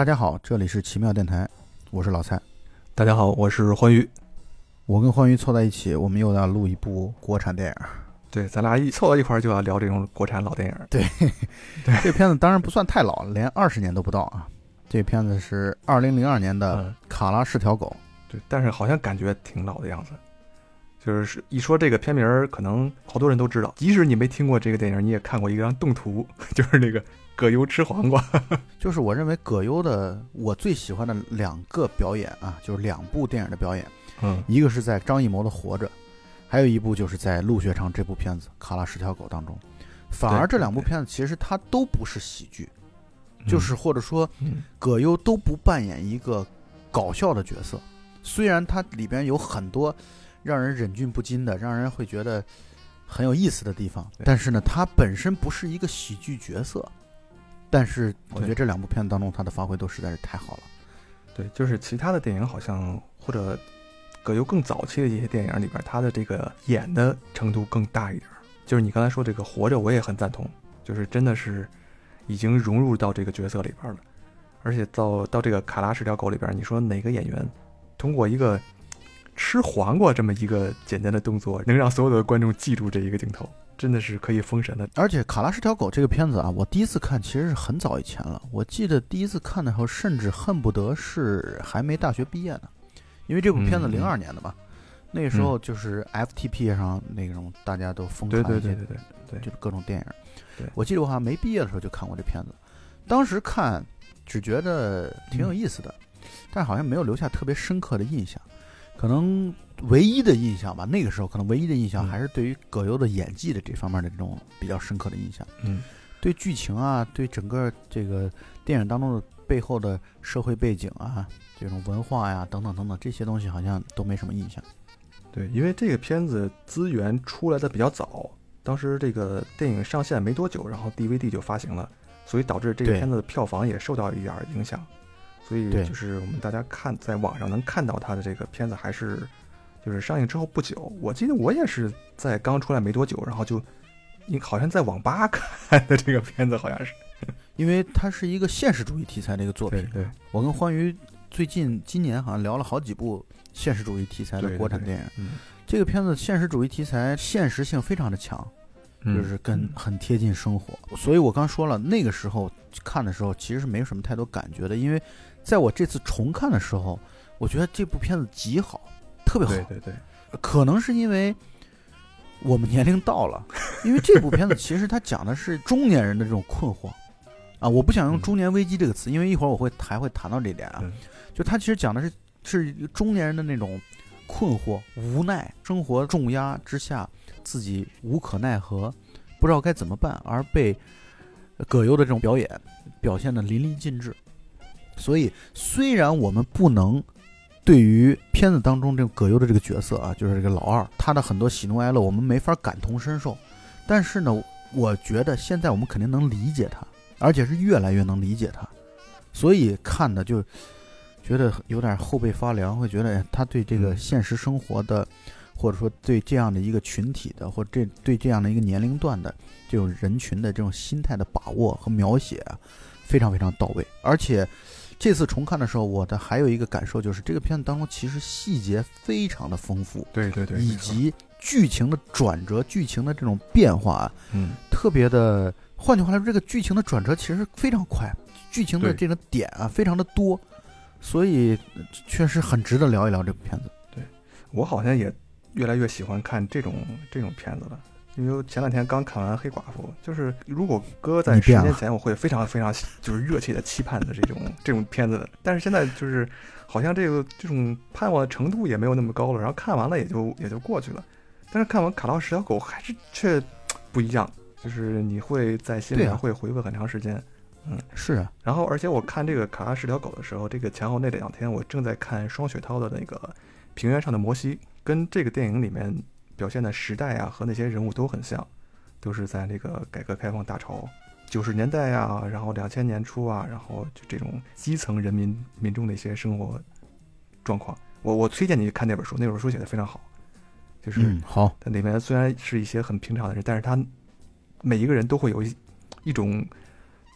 大家好，这里是奇妙电台，我是老蔡。 大家好，我是欢愉。 我跟欢愉凑在一起，我们又要录一部国产电影。 对，咱俩一凑到一块儿就要聊这种国产老电影。 对，这片子当然不算太老，连20年都不到啊。这片子是2002年的《卡拉是条狗》。 对，但是好像感觉挺老的样子。就是一说这个片名，可能好多人都知道，即使你没听过这个电影，你也看过一张动图，就是那个葛优吃黄瓜。 就是我认为葛优的我最喜欢的2个表演啊，就是2部电影的表演。一个是在张艺谋的《活着》，还有一部就是在陆学长这部片子《卡拉是条狗》当中。反而这2部片子其实它都不是喜剧，就是或者说葛优都不扮演一个搞笑的角色。虽然它里边有很多让人忍俊不禁的，让人会觉得很有意思的地方，但是呢，它本身不是一个喜剧角色。但是我觉得这2部片子当中，它的发挥都实在是太好了。 对，就是其他的电影好像或者葛优更早期的一些电影里边，他的这个演的程度更大一点。就是你刚才说这个活着，我也很赞同，就是真的是已经融入到这个角色里边了。而且到这个卡拉是条狗里边，你说哪个演员通过一个吃黄瓜这么一个简单的动作，能让所有的观众记住这一个镜头，真的是可以封神的。 而且卡拉是条狗这个片子啊，我第一次看其实是很早以前了。我记得第一次看的时候，甚至恨不得是还没大学毕业呢。因为这部片子02年的嘛，那个时候就是 FTP 上那种大家都疯传一些，对，就是各种电影。 对， 我记得我好像没毕业的时候就看过这片子，当时看只觉得挺有意思的，但好像没有留下特别深刻的印象。可能唯一的印象吧，那个时候可能唯一的印象还是对于葛优的演技的这方面的这种比较深刻的印象。对剧情啊，对整个这个电影当中的背后的社会背景啊，这种文化呀等等等等，这些东西好像都没什么印象。 对，因为这个片子资源出来的比较早，当时这个电影上线没多久，然后 DVD 就发行了，所以导致这个片子的票房也受到一点影响。所以就是我们大家看在网上能看到它的这个片子，还是就是上映之后不久。我记得我也是在刚出来没多久，然后就好像在网吧看的这个片子，好像是。 因为它是一个现实主义题材的一个作品。 对， 我跟欢愉今年好像聊了好几部现实主义题材的国产电影。这个片子现实主义题材现实性非常的强，就是很贴近生活。所以我刚说了，那个时候看的时候其实是没有什么太多感觉的，因为在我这次重看的时候，我觉得这部片子极好，特别好。 对， 可能是因为我们年龄到了，因为这部片子其实它讲的是中年人的这种困惑啊。我不想用中年危机这个词，因为一会儿我还会谈到这一点啊。就它其实讲的是中年人的那种困惑、无奈，生活重压之下，自己无可奈何，不知道该怎么办，而被葛优的这种表现的淋漓尽致。所以虽然我们不能对于片子当中这个葛优的这个角色啊，就是这个老二，他的很多喜怒哀乐我们没法感同身受，但是呢，我觉得现在我们肯定能理解他，而且是越来越能理解他。所以看的就觉得有点后背发凉，会觉得他对这个现实生活的，或者说对这样的一个群体的，或者对这样的一个年龄段的这种人群的这种心态的把握和描写啊，非常非常到位。而且这次重看的时候，我的还有一个感受就是，这个片子当中其实细节非常的丰富， 对， 以及剧情的转折、剧情的这种变化，特别的。换句话来说，这个剧情的转折其实非常快，剧情的这个点啊非常的多，所以确实很值得聊一聊这部片子。 对，我好像也越来越喜欢看这种片子了。因为前2天刚看完《黑寡妇》，就是如果搁在10年前，我会非常非常就是热切的期盼的这种片子的。但是现在就是好像这种盼望的程度也没有那么高了，然后看完了也就过去了。但是看完《卡拉是条狗》还是却不一样，就是你会在心里会回味很长时间。 是啊。 然后而且我看这个《卡拉是条狗》的时候，这个前后那2天我正在看双雪涛的那个《平原上的摩西》，跟这个电影里面表现的时代啊和那些人物都很像，都是在这个改革开放大潮90年代啊，然后2000年初啊，然后就这种基层人民众的一些生活状况。我推荐你看那本书，那本书写的非常好。就是好， 它里面虽然是一些很平常的人，但是他每一个人都会有一种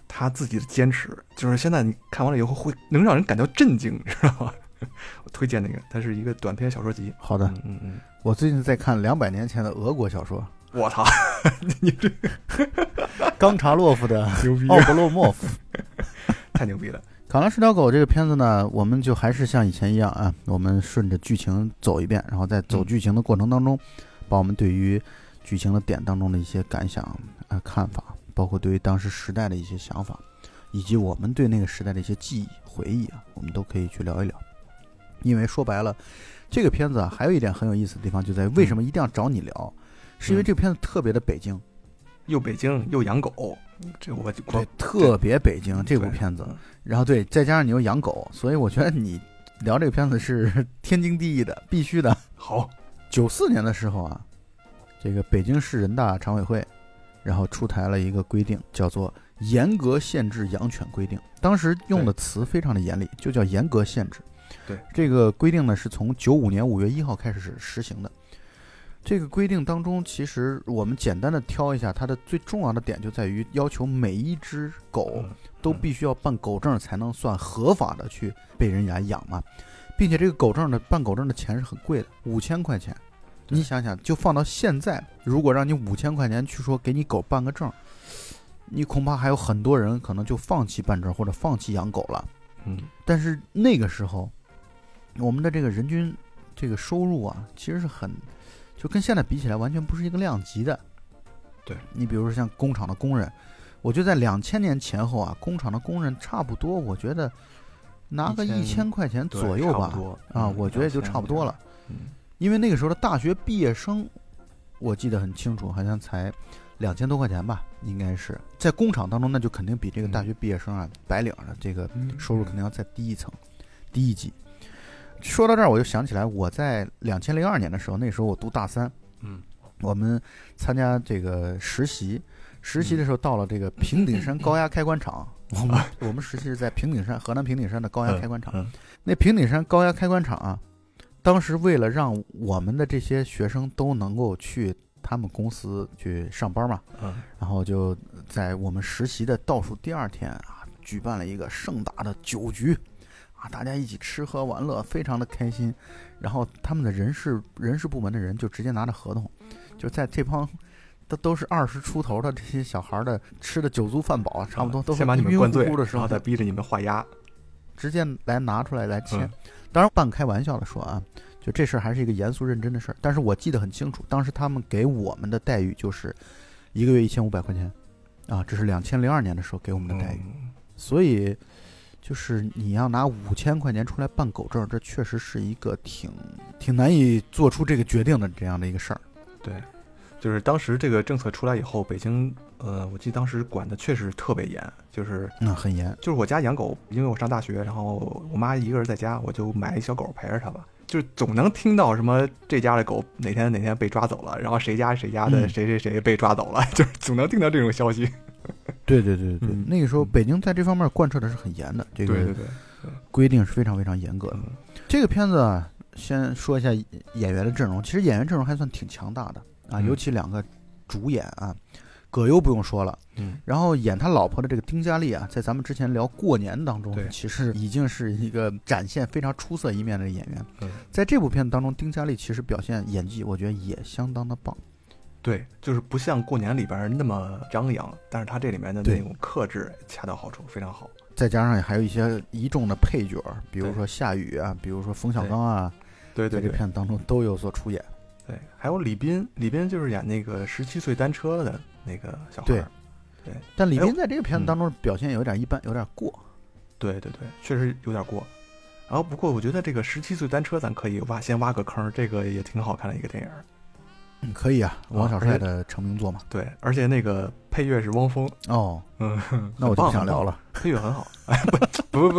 他自己的坚持，就是现在你看完了以后会能让人感到震惊，知道吗？我推荐那个，它是一个短篇小说集。 好的，我最近在看200年前的俄国小说。 我操，你这冈察洛夫的牛逼， 奥格洛莫夫， 太牛逼了。 卡拉十条狗这个片子呢，我们就还是像以前一样啊，我们顺着剧情走一遍，然后在走剧情的过程当中，把我们对于剧情的点当中的一些感想看法，包括对于当时时代的一些想法，以及我们对那个时代的一些记忆回忆啊，我们都可以去聊一聊。因为说白了，这个片子啊，还有一点很有意思的地方就在于为什么一定要找你聊，是因为这个片子特别的北京， 又北京又养狗，这我对特别北京这部片子，然后对，再加上你又养狗，所以我觉得你聊这个片子是天经地义的，必须的。 好 ，94年的时候啊，这个北京市人大常委会，然后出台了一个规定，叫做严格限制养犬规定。当时用的词非常的严厉，就叫严格限制。 对， 这个规定呢是从95年5月1号开始实行的。这个规定当中，其实我们简单的挑一下，它的最重要的点就在于要求每一只狗都必须要办狗证才能算合法的去被人家养嘛，并且这个狗证的办狗证的钱是很贵的，5000块钱。你想想，就放到现在，如果让你5000块钱去说给你狗办个证，你恐怕还有很多人可能就放弃办证或者放弃养狗了。但是那个时候，我们的这个人均这个收入啊，其实是就跟现在比起来完全不是一个量级的。 对，你比如说像工厂的工人，我觉得在2000年前后啊，工厂的工人差不多，我觉得拿个1000块钱左右吧，我觉得就差不多了。因为那个时候的大学毕业生，我记得很清楚，好像才2000多块钱吧，应该是在工厂当中，那就肯定比这个大学毕业生啊，白领的这个收入肯定要再低一层，低一级。说到这儿，我就想起来，我在2002年的时候，那时候我读大3，我们参加这个实习的时候，到了这个平顶山高压开关厂，我们实习是在平顶山，河南平顶山的高压开关厂。那平顶山高压开关厂啊，当时为了让我们的这些学生都能够去他们公司去上班嘛，然后就在我们实习的倒数第2天啊，举办了一个盛大的酒局。大家一起吃喝玩乐，非常的开心。然后他们的人事部门的人就直接拿着合同，就在这帮都是20出头的这些小孩的吃的酒足饭饱，差不多都先把你们灌醉的时候， 然后再逼着你们画押， 直接来拿出来签。当然半开玩笑的说啊，就这事儿还是一个严肃认真的事儿。但是我记得很清楚，当时他们给我们的待遇就是1个月1500块钱啊，这是2002年的时候给我们的待遇。所以就是你要拿5000块钱出来办狗证，这确实是一个挺难以做出这个决定的这样的一个事儿。 对，就是当时这个政策出来以后，北京我记得当时管的确实特别严，就是很严。 就是我家养狗，因为我上大学，然后我妈一个人在家，我就买一小狗陪着她吧。就是总能听到什么这家的狗哪天被抓走了，然后谁家的谁被抓走了，就是总能听到这种消息。 对，那个时候北京在这方面贯彻的是很严的，这个规定是非常非常严格的。这个片子啊，先说一下演员的阵容，其实演员阵容还算挺强大的啊，尤其2个主演啊，葛优不用说了，然后演他老婆的这个丁嘉丽啊，在咱们之前聊过年当中，其实已经是一个展现非常出色一面的演员。在这部片子当中，丁嘉丽其实表现演技，我觉得也相当的棒。 对，就是不像过年里边那么张扬，但是他这里面的那种克制恰到好处，非常好。 再加上还有一些一众的配角，比如说夏雨啊，比如说冯小刚啊， 对， 在这片子当中都有所出演。 对，还有李斌就是演那个17岁单车的那个小孩。对， 但李斌在这个片子当中表现有点一般，有点过。 对，确实有点过。然后不过我觉得这个17岁单车咱可以先挖个坑，这个也挺好看的一个电影。 可以啊，王小帅的成名作嘛。 对，而且那个配乐是汪峰。 那我就不想聊了。 配乐很好。不，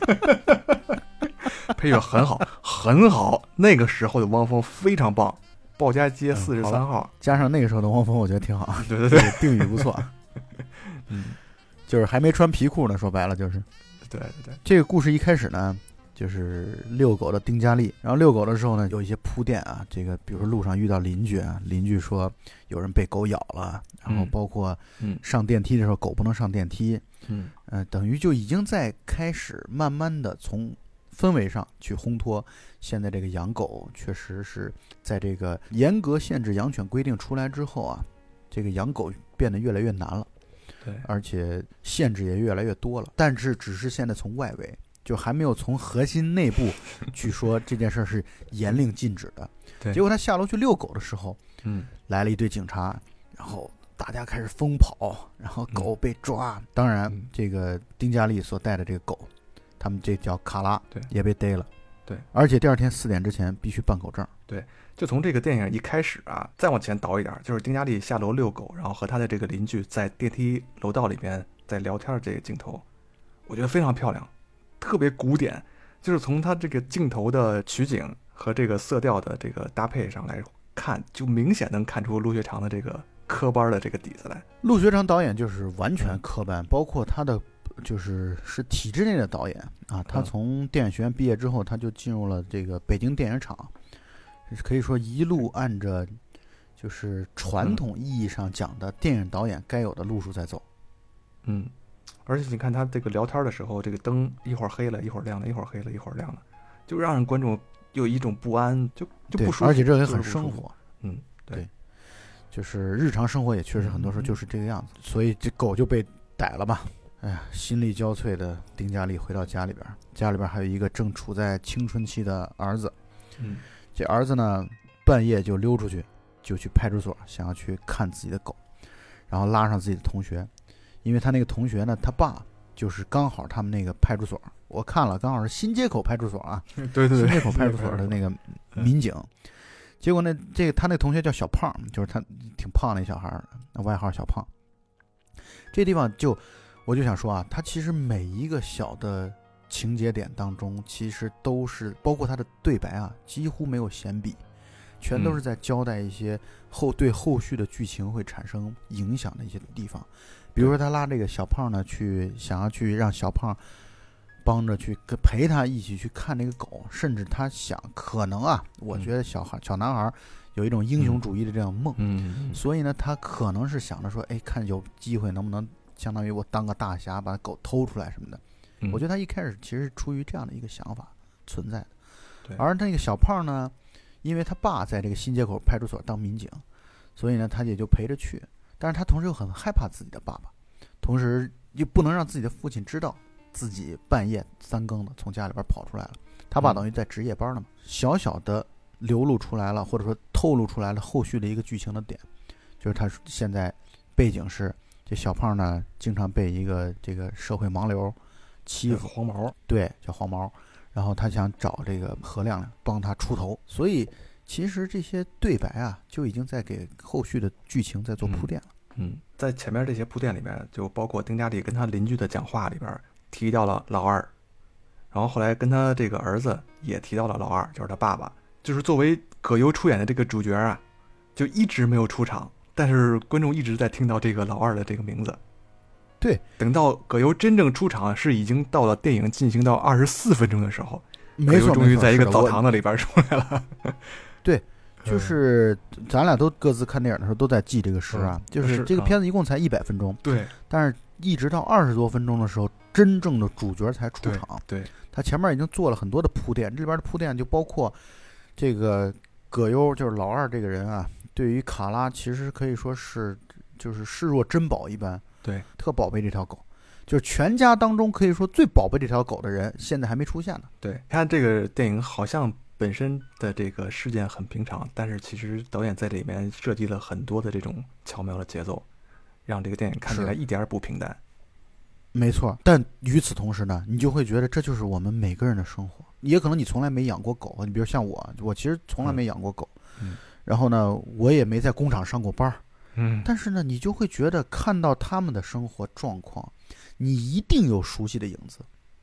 配乐很好。那个时候的汪峰非常棒，鲍家街43号， 加上那个时候的汪峰，我觉得挺好。 对， 定语不错。就是还没穿皮裤呢，说白了就是。 对。 这个故事一开始呢， 就是遛狗的丁嘉丽。然后遛狗的时候呢，有一些铺垫啊，这个比如说路上遇到邻居啊，邻居说有人被狗咬了，然后包括上电梯的时候狗不能上电梯，等于就已经在开始慢慢的从氛围上去烘托现在这个养狗确实是在这个严格限制养犬规定出来之后啊，这个养狗变得越来越难了， 对，而且限制也越来越多了。但是只是现在从外围，就还没有从核心内部去说这件事是严令禁止的。 对， 结果他下楼去遛狗的时候，来了一堆警察，然后大家开始疯跑，然后狗被抓。当然，这个丁嘉丽所带的这个狗，他们这叫卡拉， 对， 也被逮了。 对， 而且第二天4点之前必须办狗证。 对，就从这个电影一开始啊，再往前倒一点，就是丁嘉丽下楼遛狗，然后和他的这个邻居在电梯楼道里边在聊天这个镜头，我觉得非常漂亮，特别古典。就是从他这个镜头的取景和这个色调的这个搭配上来看，就明显能看出陆学长的这个科班的这个底子来。 陆学长导演就是完全科班，包括他的是体制内的导演啊。他从电影学院毕业之后，他就进入了这个北京电影厂，可以说一路按着就是传统意义上讲的电影导演该有的路数在走。 而且你看他这个聊天的时候，这个灯一会儿黑了一会儿亮了，一会儿黑了一会儿亮了，就让人观众有一种不安，就不舒服。 而且这也很生活。 对， 就是日常生活也确实很多时候就是这个样子。所以这狗就被逮了吧。哎呀，心力交瘁的丁嘉丽回到家里边，家里边还有一个正处在青春期的儿子。这儿子呢，半夜就溜出去，就去派出所，想要去看自己的狗，然后拉上自己的同学，因为他那个同学呢，他爸就是刚好他们那个派出所，我看了，刚好是新街口派出所啊， 对， 新街口派出所的那个民警。结果呢，他那同学叫小胖，就是他挺胖的一小孩，外号小胖。这地方我就想说啊，他其实每一个小的情节点当中，其实都是包括他的对白啊，几乎没有闲笔，全都是在交代一些对后续的剧情会产生影响的一些地方。比如说他拉这个小胖呢，想要去让小胖帮着去陪他一起去看那个狗，甚至他想可能啊，我觉得小男孩有一种英雄主义的这样梦，所以呢，他可能是想着说，哎，看有机会能不能相当于我当个大侠，把狗偷出来什么的。我觉得他一开始其实出于这样的一个想法存在的。 对， 而那个小胖呢，因为他爸在这个新街口派出所当民警，所以呢，他也就陪着去。但是他同时又很害怕自己的爸爸，同时又不能让自己的父亲知道自己半夜3更的从家里边跑出来了。他爸等于在值夜班了嘛，小小的流露出来了，或者说透露出来了后续的一个剧情的点，就是他现在背景是这小胖呢，经常被一个这个社会盲流欺负， 黄毛， 对，叫黄毛。然后他想找这个何亮亮帮他出头，所以其实这些对白啊，就已经在给后续的剧情在做铺垫了。 在前面这些铺垫里面，就包括丁嘉丽跟他邻居的讲话里边提到了老二，然后后来跟他这个儿子也提到了老二，就是他爸爸。就是作为葛优出演的这个主角啊，就一直没有出场，但是观众一直在听到这个老二的这个名字。 对， 等到葛优真正出场是已经到了电影进行到24分钟的时候， 没错， 终于在一个澡堂子里边出来了。 对，就是咱俩都各自看电影的时候都在记这个时啊，就是这个片子一共才100分钟， 对， 但是一直到20多分钟的时候，真正的主角才出场。 对， 他前面已经做了很多的铺垫，这里边的铺垫就包括这个葛优就是老二这个人啊，对于卡拉其实可以说是就是视若珍宝一般， 对， 特宝贝这条狗，就是全家当中可以说最宝贝这条狗的人，现在还没出现呢。 对，看这个电影好像本身的这个事件很平常，但是其实导演在里面设计了很多的这种巧妙的节奏，让这个电影看起来一点也不平淡。 没错，但与此同时呢，你就会觉得这就是我们每个人的生活。也可能你从来没养过狗，你比如像我其实从来没养过狗，然后呢，我也没在工厂上过班，但是呢，你就会觉得看到他们的生活状况，你一定有熟悉的影子。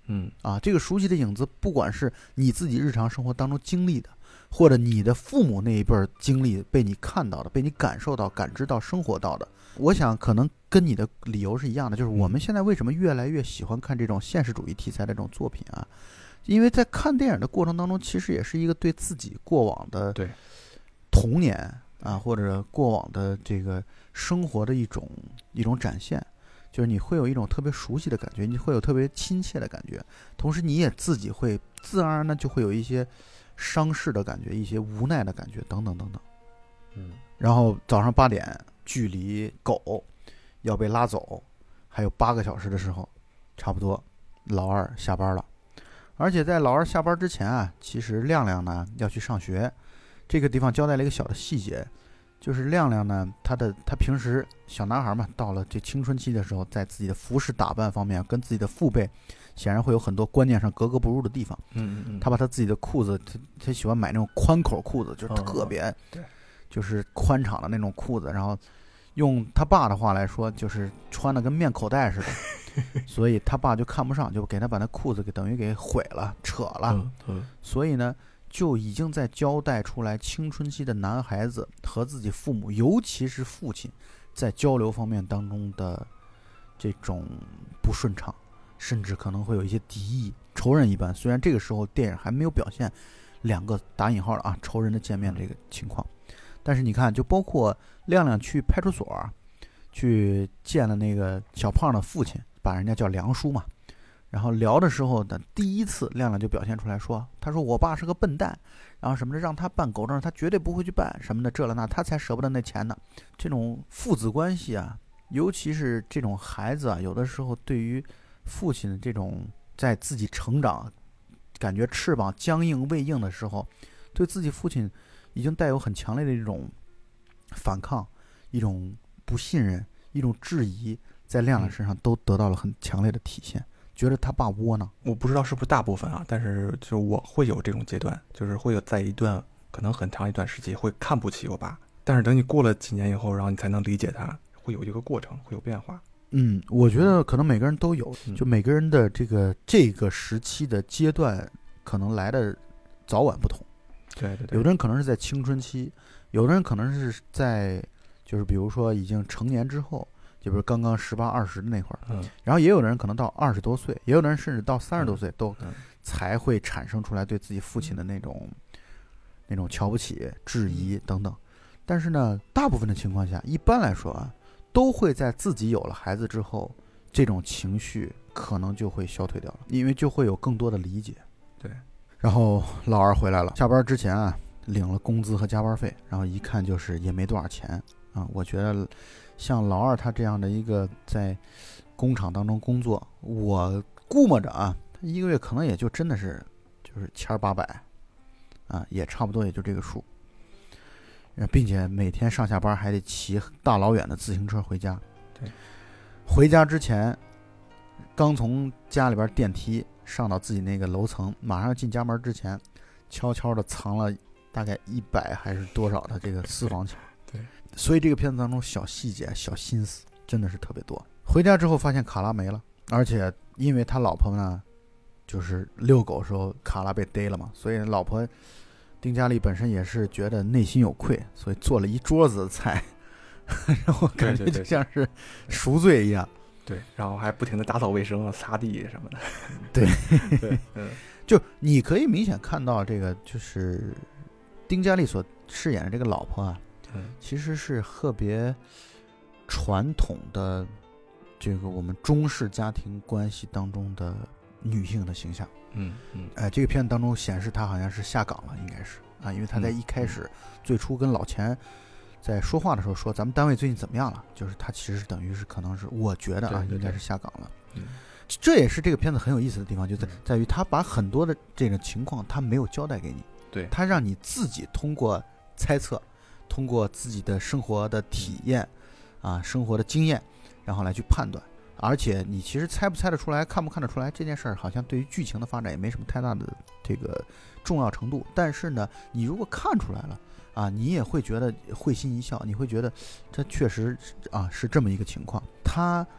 这个熟悉的影子，不管是你自己日常生活当中经历的，或者你的父母那一辈经历被你看到的，被你感受到、感知到、生活到的，我想可能跟你的理由是一样的，就是我们现在为什么越来越喜欢看这种现实主义题材的这种作品啊？因为在看电影的过程当中，其实也是一个对自己过往的童年啊，或者过往的这个生活的一种展现。就是你会有一种特别熟悉的感觉，你会有特别亲切的感觉，同时你也自己会自然而然的就会有一些伤势的感觉，一些无奈的感觉，等等等等。然后早上8点，距离狗要被拉走还有8个小时的时候，差不多老二下班了。而且在老二下班之前啊，其实亮亮呢要去上学。这个地方交代了一个小的细节，就是亮亮呢，他平时小男孩嘛，到了这青春期的时候，在自己的服饰打扮方面，跟自己的父辈显然会有很多观念上格格不入的地方。他把他自己的裤子，他喜欢买那种宽口裤子，就是特别，就是宽敞的那种裤子，然后用他爸的话来说，就是穿的跟面口袋似的，所以他爸就看不上，就给他把那裤子等于给毁了、扯了。所以呢，就已经在交代出来青春期的男孩子和自己父母，尤其是父亲，在交流方面当中的这种不顺畅，甚至可能会有一些敌意、仇人一般。虽然这个时候电影还没有表现两个打引号的啊仇人的见面这个情况，但是你看，就包括亮亮去派出所去见了那个小胖的父亲，把人家叫梁叔嘛。然后聊的时候的第一次，亮亮就表现出来说，他说我爸是个笨蛋，然后什么的，让他办狗证他绝对不会去办什么的，这了那，他才舍不得那钱呢。这种父子关系啊，尤其是这种孩子啊，有的时候对于父亲的这种在自己成长感觉翅膀僵硬未硬的时候，对自己父亲已经带有很强烈的一种反抗，一种不信任，一种质疑，在亮亮身上都得到了很强烈的体现，觉得他爸窝囊。 我不知道是不是大部分啊，但是就我会有这种阶段，就是会有在一段可能很长一段时期会看不起我爸，但是等你过了几年以后，然后你才能理解他，会有一个过程，会有变化。 我觉得可能每个人都有，就每个人的这个时期的阶段可能来的早晚不同。 对， 有的人可能是在青春期，有的人可能是在就是比如说已经成年之后，就比如刚刚18、20的那会儿，然后也有的人可能到20多岁，也有的人甚至到30多岁都才会产生出来对自己父亲的那种瞧不起、质疑等等。但是呢，大部分的情况下，一般来说啊，都会在自己有了孩子之后，这种情绪可能就会消退掉了，因为就会有更多的理解。 对。 然后老二回来了，下班之前啊，领了工资和加班费，然后一看就是也没多少钱啊。我觉得像老二他这样的一个在工厂当中工作，我估摸着啊，他一个月可能也就真的是就是1800啊，也差不多也就这个数，并且每天上下班还得骑大老远的自行车回家。 对， 回家之前刚从家里边电梯上到自己那个楼层，马上进家门之前，悄悄的藏了大概100还是多少的这个私房钱。 对， 所以这个片子当中小细节、小心思真的是特别多。回家之后发现卡拉没了，而且因为他老婆呢，就是遛狗的时候卡拉被逮了嘛，所以老婆丁嘉丽本身也是觉得内心有愧，所以做了一桌子的菜，然后感觉就像是赎罪一样。 对，然后还不停的打扫卫生啊、擦地什么的。 对，就你可以明显看到这个，就是丁嘉丽所饰演的这个老婆啊，其实是特别传统的这个我们中式家庭关系当中的女性的形象。这个片子当中显示她好像是下岗了，应该是啊，因为她在一开始最初跟老钱在说话的时候说咱们单位最近怎么样了，就是他其实等于是可能是我觉得啊，应该是下岗了。这也是这个片子很有意思的地方，就在于他把很多的这个情况他没有交代给你， 对， 他让你自己通过猜测，通过自己的生活的体验啊，生活的经验，然后来去判断。而且你其实猜不猜得出来，看不看得出来，这件事儿好像对于剧情的发展也没什么太大的这个重要程度。但是呢，你如果看出来了啊，你也会觉得会心一笑，你会觉得这确实啊是这么一个情况。他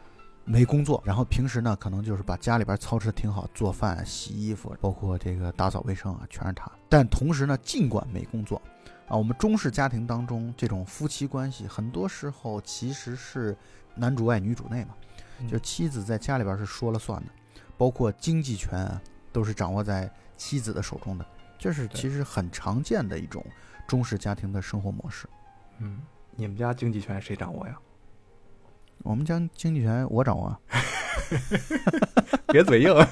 没工作，然后平时呢可能就是把家里边操持的挺好，做饭、洗衣服，包括这个打扫卫生啊，全是他。但同时呢，尽管没工作啊，我们中式家庭当中这种夫妻关系，很多时候其实是男主外女主内嘛，就妻子在家里边是说了算的，包括经济权啊，都是掌握在妻子的手中的，这是其实很常见的一种中式家庭的生活模式。 你们家经济权谁掌握呀？ 我们家经济权我掌握啊。 别嘴硬。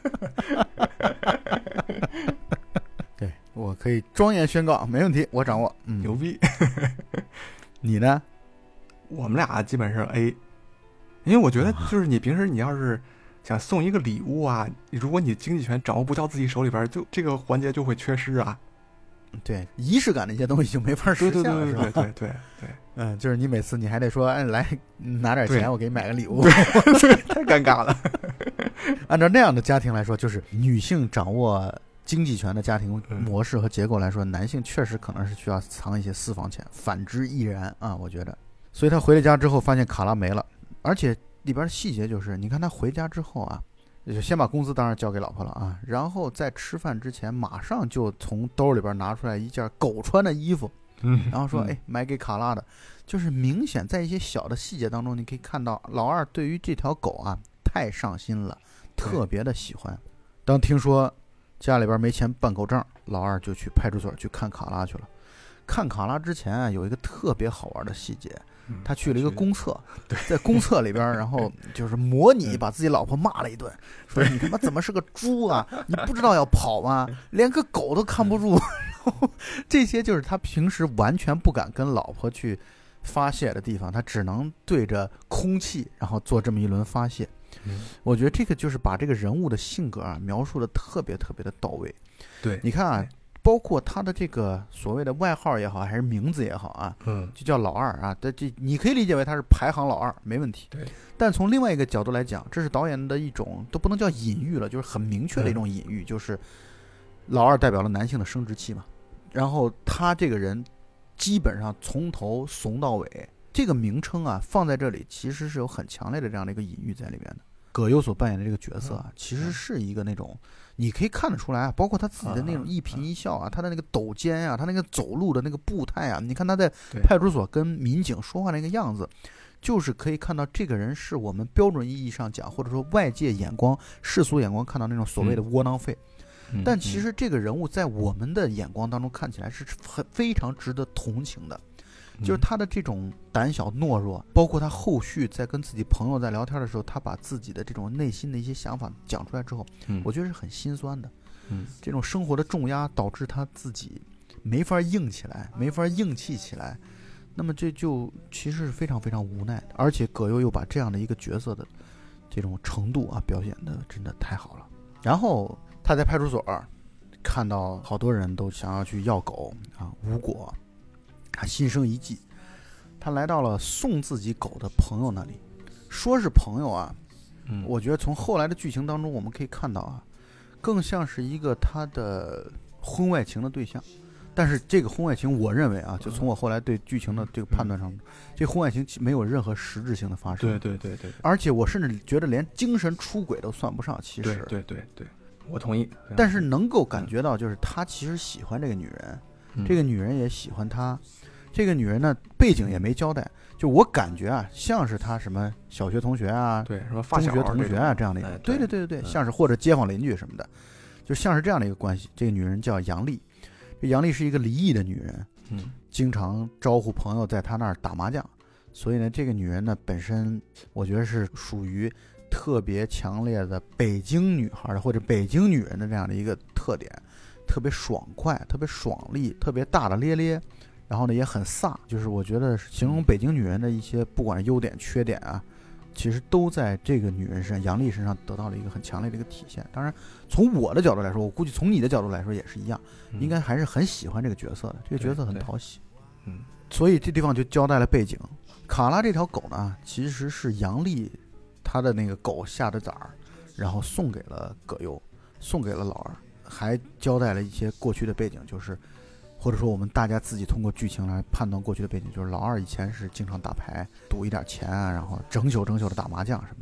对，我可以庄严宣告，没问题，我掌握。 牛逼。 你呢？ 我们俩基本上 A， 因为我觉得就是你平时你要是想送一个礼物啊，如果你经济权掌握不到自己手里边，就这个环节就会缺失啊。 对，仪式感那些东西就没法实现了，是吧？ 对。 就是你每次你还得说，哎，来拿点钱，我给你买个礼物， 太尴尬了。 按照那样的家庭来说，就是女性掌握经济权的家庭模式和结构来说，男性确实可能是需要藏一些私房钱，反之亦然啊，我觉得。所以他回了家之后，发现卡拉没了，而且里边细节就是，你看他回家之后啊，就先把工资当然交给老婆了啊，然后在吃饭之前，马上就从兜里边拿出来一件狗穿的衣服。然后说，哎，买给卡拉的，就是明显在一些小的细节当中，你可以看到老二对于这条狗啊太上心了，特别的喜欢。当听说家里边没钱办狗证，老二就去派出所去看卡拉去了。看卡拉之前啊，有一个特别好玩的细节，他去了一个公厕，在公厕里边，然后就是模拟把自己老婆骂了一顿，说你他妈怎么是个猪啊？你不知道要跑吗？连个狗都看不住。这些就是他平时完全不敢跟老婆去发泄的地方，他只能对着空气，然后做这么一轮发泄。我觉得这个就是把这个人物的性格啊描述的特别特别的到位。 对， 你看啊，包括他的这个所谓的外号也好，还是名字也好啊，就叫老二啊，这你可以理解为他是排行老二，没问题。 对， 但从另外一个角度来讲，这是导演的一种都不能叫隐喻了，就是很明确的一种隐喻，就是老二代表了男性的生殖器嘛。然后他这个人基本上从头怂到尾，这个名称啊放在这里其实是有很强烈的这样的一个隐喻在里边的。葛优所扮演的这个角色啊，其实是一个那种你可以看得出来啊，包括他自己的那种一颦一笑啊，他的那个抖肩啊，他那个走路的那个步态啊，你看他在派出所跟民警说话那个样子，就是可以看到这个人是我们标准意义上讲，或者说外界眼光、世俗眼光看到那种所谓的窝囊废。但其实这个人物在我们的眼光当中看起来是非常值得同情的，就是他的这种胆小懦弱，包括他后续在跟自己朋友在聊天的时候，他把自己的这种内心的一些想法讲出来之后，我觉得是很心酸的。这种生活的重压导致他自己没法硬起来，没法硬气起来，那么这就其实是非常非常无奈的。而且葛优又把这样的一个角色的这种程度啊表现的真的太好了。然后他在派出所看到好多人都想要去要狗啊，无果，他心生一计，他来到了送自己狗的朋友那里。说是朋友啊，我觉得从后来的剧情当中我们可以看到啊，更像是一个他的婚外情的对象。但是这个婚外情，我认为啊，就从我后来对剧情的这个判断上，这婚外情没有任何实质性的发生。 对， 而且我甚至觉得连精神出轨都算不上。其实对，我同意。 但是能够感觉到，就是他其实喜欢这个女人，这个女人也喜欢他。这个女人呢，背景也没交代，就我感觉啊，像是他什么小学同学啊， 对，什么发小中学同学啊这样的一个，对，像是或者街坊邻居什么的，就像是这样的一个关系。这个女人叫杨丽，这杨丽是一个离异的女人，经常招呼朋友在她那儿打麻将，所以呢，这个女人呢本身我觉得是属于特别强烈的北京女孩或者北京女人的这样的一个特点，特别爽快，特别爽利，特别大大咧咧，然后呢也很飒，就是我觉得形容北京女人的一些不管是优点缺点啊，其实都在这个女人身上，杨丽身上得到了一个很强烈的一个体现。当然从我的角度来说，我估计从你的角度来说也是一样，应该还是很喜欢这个角色的，这个角色很讨喜。所以这地方就交代了背景。卡拉这条狗呢，其实是杨丽他的那个狗下的崽儿，然后送给了葛优，送给了老二，还交代了一些过去的背景，就是或者说我们大家自己通过剧情来判断过去的背景，就是老二以前是经常打牌，赌一点钱啊，然后整宿的打麻将什么的。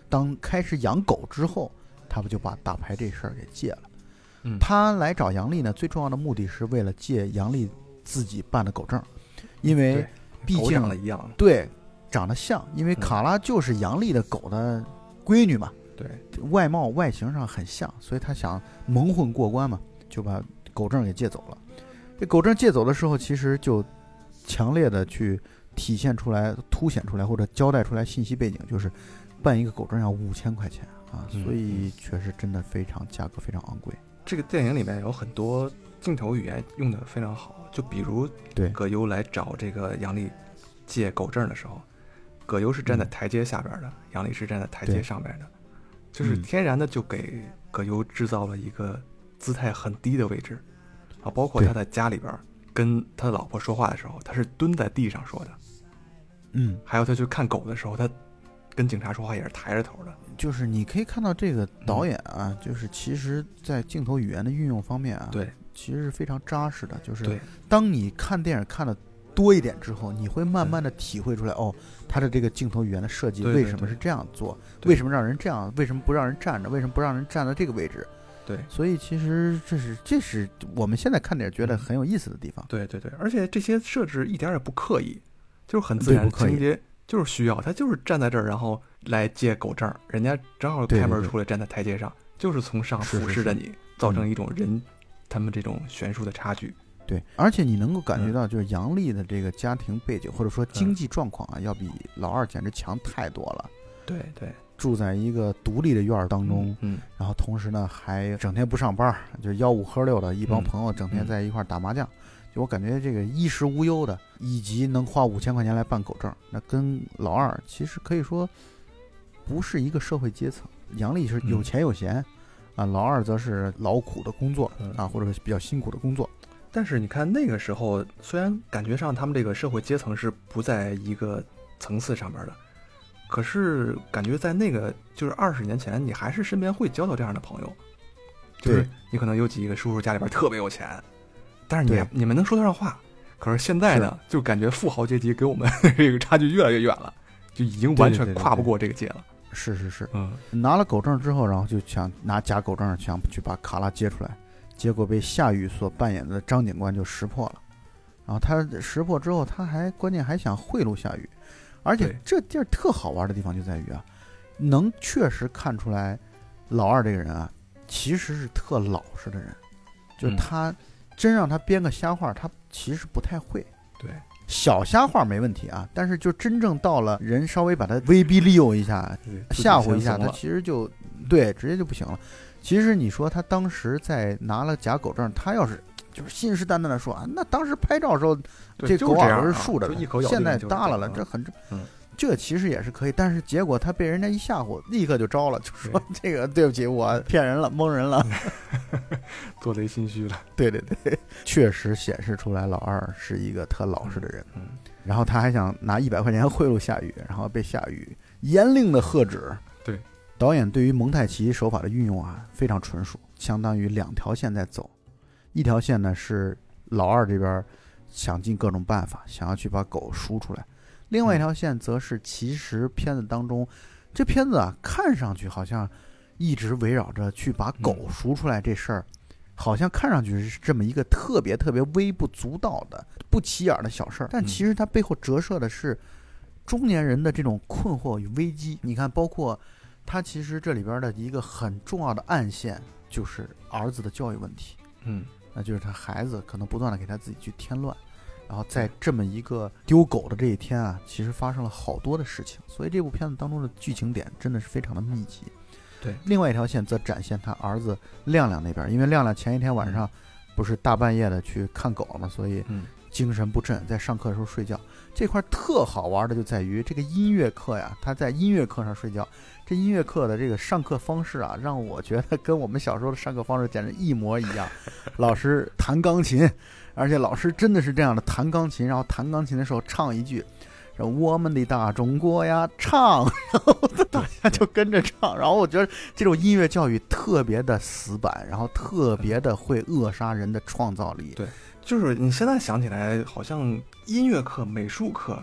当开始养狗之后，他不就把打牌这事儿给戒了。 嗯， 他来找杨丽呢，最重要的目的是为了借杨丽自己办的狗证，因为毕竟长得一样， 对，长得像，因为卡拉就是杨丽的狗的闺女嘛， 对， 外形上很像，所以他想蒙混过关嘛，就把狗证给借走了。这狗证借走的时候，其实就强烈的去体现出来、凸显出来或者交代出来信息背景，就是办一个狗证要5000块钱啊，所以确实真的价格非常昂贵。 这个电影里面有很多镜头语言用的非常好，就比如葛优来找这个杨丽借狗证的时候，葛优是站在台阶下边的，杨丽是站在台阶上边的，就是天然的就给葛优制造了一个姿态很低的位置啊，包括他在家里边跟他的老婆说话的时候，他是蹲在地上说的，还有他去看狗的时候，他跟警察说话也是抬着头的。 就是你可以看到这个导演啊，就是其实在镜头语言的运用方面啊， 对， 其实是非常扎实的。就是当你看电影看的多一点之后，你会慢慢的体会出来，哦，他的这个镜头语言的设计为什么是这样做，为什么让人这样，为什么不让人站着，为什么不让人站在这个位置。 对， 所以其实这是我们现在看点觉得很有意思的地方。 对，而且这些设置一点也不刻意，就是很自然的情节，就是需要他就是站在这儿，然后来借狗证，人家正好开门出来，站在台阶上，就是从上俯视着你，造成一种人他们这种悬殊的差距。 对，而且你能够感觉到，就是杨丽的这个家庭背景或者说经济状况啊，要比老二简直强太多了。 对， 住在一个独立的院儿当中，然后同时呢还整天不上班，就吆五喝六的一帮朋友整天在一块打麻将，就我感觉这个衣食无忧的，以及能花5000块钱来办狗证，那跟老二其实可以说不是一个社会阶层。杨丽是有钱有闲啊，老二则是劳苦的工作啊，或者是比较辛苦的工作。 但是你看那个时候，虽然感觉上他们这个社会阶层是不在一个层次上面的，可是感觉在那个就是20年前，你还是身边会交到这样的朋友，就是你可能有几个叔叔家里边特别有钱，但是你们能说得上话。可是现在呢，就感觉富豪阶级给我们这个差距越来越远了，就已经完全跨不过这个界了。 是，拿了狗证之后，然后就想拿假狗证想去把卡拉接出来，结果被夏雨所扮演的张警官就识破了。然后他识破之后，他关键还想贿赂夏雨，而且这地儿特好玩的地方就在于啊，能确实看出来老二这个人啊，其实是特老实的人，就是他真让他编个瞎话，他其实不太会。 对， 小瞎话没问题啊，但是就真正到了人稍微把他威逼利诱一下，吓唬一下，他其实就直接就不行了。其实你说他当时在拿了假狗证，他要是就是信誓旦旦的说啊，那当时拍照的时候这狗耳朵是竖着的，现在耷拉了，这很这其实也是可以，但是结果他被人家一吓唬，立刻就招了，就说这个对不起，我骗人了，蒙人了， 做贼心虚了。 对，确实显示出来老二是一个特老实的人。然后他还想拿100块钱贿赂夏雨，然后被夏雨严令的喝止。 对， 导演对于蒙太奇手法的运用啊非常纯熟，相当于2条线在走，一条线呢是老二这边想尽各种办法想要去把狗赎出来，另外一条线则是其实片子当中这片子啊看上去好像一直围绕着去把狗赎出来这事儿，好像看上去是这么一个特别微不足道的不起眼的小事儿，但其实它背后折射的是中年人的这种困惑与危机。你看包括它其实这里边的一个很重要的暗线就是儿子的教育问题，那就是他孩子可能不断的给他自己去添乱，然后在这么一个丢狗的这一天啊，其实发生了好多的事情，所以这部片子当中的剧情点真的是非常的密集。 对， 另外一条线则展现他儿子亮亮那边，因为亮亮前一天晚上不是大半夜的去看狗了嘛，所以精神不振，在上课的时候睡觉。这块特好玩的就在于这个音乐课呀，他在音乐课上睡觉，这音乐课的这个上课方式啊，让我觉得跟我们小时候的上课方式简直一模一样。老师弹钢琴，而且老师真的是这样的弹钢琴，然后弹钢琴的时候唱一句我们的大中国呀，唱，然后大家就跟着唱。然后我觉得这种音乐教育特别的死板，然后特别的会扼杀人的创造力。 对，就是你现在想起来好像音乐课、美术课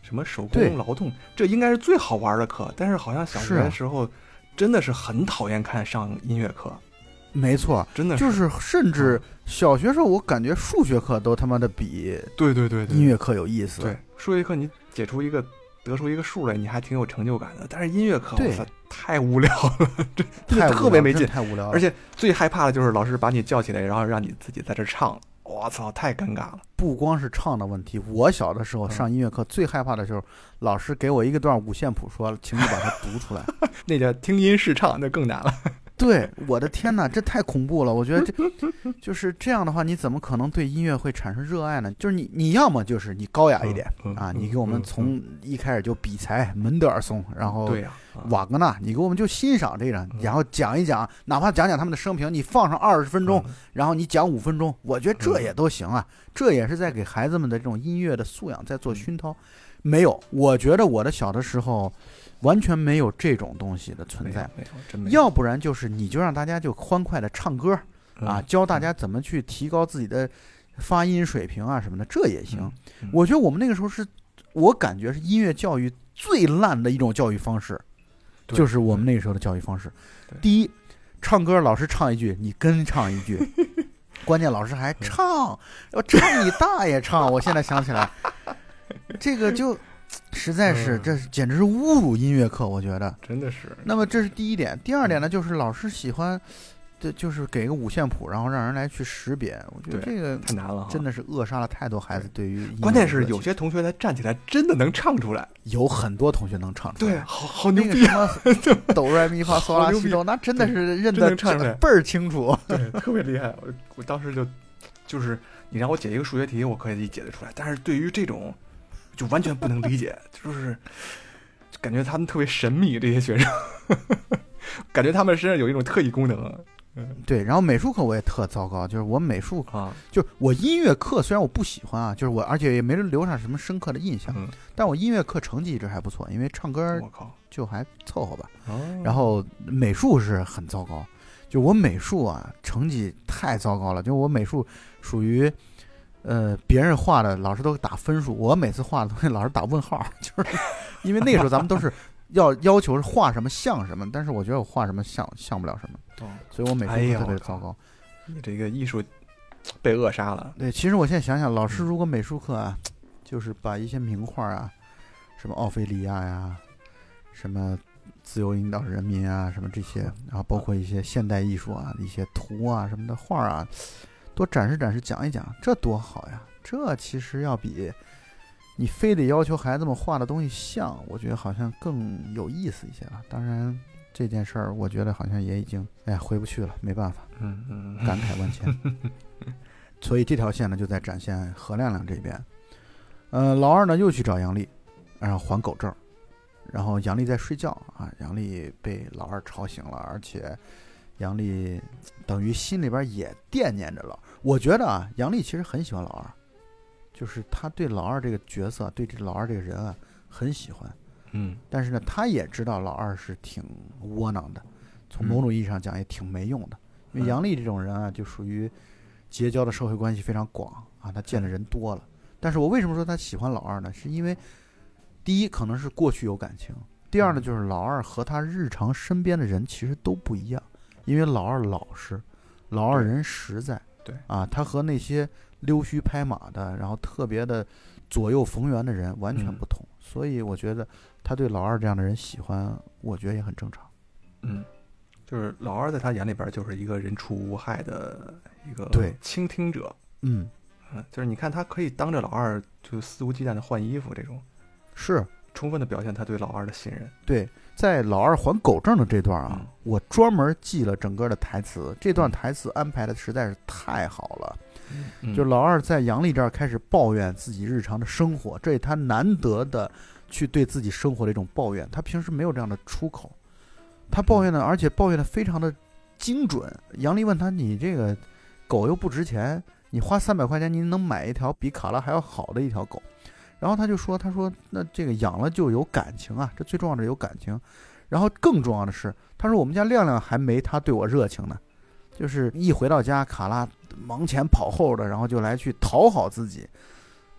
什么手工劳动，这应该是最好玩的课。但是好像小学的时候真的是很讨厌上音乐课。 没错， 真的就是甚至小学时候我感觉数学课都他妈的比对音乐课有意思。 对，数学课你得出一个数来，你还挺有成就感的。但是音乐课我操太无聊了，这特别没劲， 太无聊了。 而且最害怕的就是老师把你叫起来，然后让你自己在这唱。我操，太尴尬了！ 不光是唱的问题，我小的时候上音乐课最害怕的就是老师给我一个段五线谱，说请你把它读出来。 那叫听音试唱，那更难了。 对，我的天哪，这太恐怖了！我觉得就是这样的话，你怎么可能对音乐会产生热爱呢？就是你要么就是你高雅一点啊，你给我们从一开始就比才门德尔松，然后瓦格纳，你给我们就欣赏这个，然后讲一讲，哪怕讲讲他们的生平，你放上20分钟，然后你讲5分钟，我觉得这也都行啊，这也是在给孩子们的这种音乐的素养在做熏陶。没有，我觉得我的小的时候完全没有这种东西的存在，要不然就是你就让大家就欢快的唱歌啊，教大家怎么去提高自己的发音水平啊什么的，这也行。我觉得我们那个时候我感觉是音乐教育最烂的一种教育方式，就是我们那个时候的教育方式。第一，唱歌老师唱一句，你跟唱一句，关键老师还唱，要唱你大爷唱！我现在想起来，这个就。实在是，这简直是侮辱音乐课，我觉得真的是。 那么这是第一点，第二点呢，就是老师喜欢，就是给个五线谱，然后让人来去识别。我觉得这个太难了， 真的是扼杀了太多孩子对于音乐。 关键是有些同学他站起来真的能唱出来， 有很多同学能唱出来。 对，好牛逼！ 那个什么哆来咪发嗦拉西哆，那真的是认得唱出来倍儿清楚， 对，特别厉害。我当时就是你让我解一个数学题，我可以解得出来，但是对于这种。就完全不能理解，就是感觉他们特别神秘，这些学生感觉他们身上有一种特异功能。 对，然后美术课我也特糟糕，就是我美术课，就是我音乐课虽然我不喜欢啊，就是而且也没留下什么深刻的印象，但我音乐课成绩一直还不错，因为唱歌就还凑合吧。然后美术是很糟糕，就我美术啊成绩太糟糕了，就我美术属于。别人画的老师都打分数，我每次画的东西老师打问号，就是因为那个时候咱们都是要求是画什么像什么，但是我觉得我画什么像不了什么，所以我美术特别糟糕。 你这个艺术被扼杀了。 对，其实我现在想想，老师如果美术课啊，就是把一些名画啊，什么奥菲利亚呀，什么自由引导人民啊，什么这些，然后包括一些现代艺术啊，一些图啊什么的画啊。多展示展示，讲一讲，这多好呀！这其实要比你非得要求孩子们画的东西像，我觉得好像更有意思一些了。当然，这件事儿我觉得好像也已经回不去了，没办法，感慨万千。所以这条线呢，就在展现何亮亮这边。老二呢又去找杨丽，然后还狗证，然后杨丽在睡觉啊，杨丽被老二吵醒了，而且。杨丽等于心里边也惦念着老，我觉得啊，杨丽其实很喜欢老二，就是他对老二这个角色，对这老二这个人啊，很喜欢。但是呢，他也知道老二是挺窝囊的，从某种意义上讲也挺没用的。因为杨丽这种人啊，就属于结交的社会关系非常广啊，他见的人多了。但是我为什么说他喜欢老二呢？是因为第一可能是过去有感情，第二呢就是老二和他日常身边的人其实都不一样。因为老二老实，老二人实在， 对啊，他和那些溜须拍马的，然后特别的左右逢源的人完全不同，所以我觉得他对老二这样的人喜欢，我觉得也很正常。 就是老二在他眼里边就是一个人畜无害的一个倾听者。就是你看他可以当着老二就肆无忌惮的换衣服，这种是充分的表现他对老二的信任。 对。在老二还狗证的这段啊，我专门记了整个的台词，这段台词安排的实在是太好了。就老二在杨丽这儿开始抱怨自己日常的生活，这也他难得的去对自己生活的一种抱怨，他平时没有这样的出口，他抱怨的，而且抱怨的非常的精准。杨丽问他：“你这个狗又不值钱，你花300块钱，你能买一条比卡拉还要好的一条狗？”然后他就说：“他说那这个养了就有感情啊，这最重要的有感情。然后更重要的是，他说我们家亮亮还没他对我热情呢，就是一回到家，卡拉忙前跑后的，然后就来去讨好自己。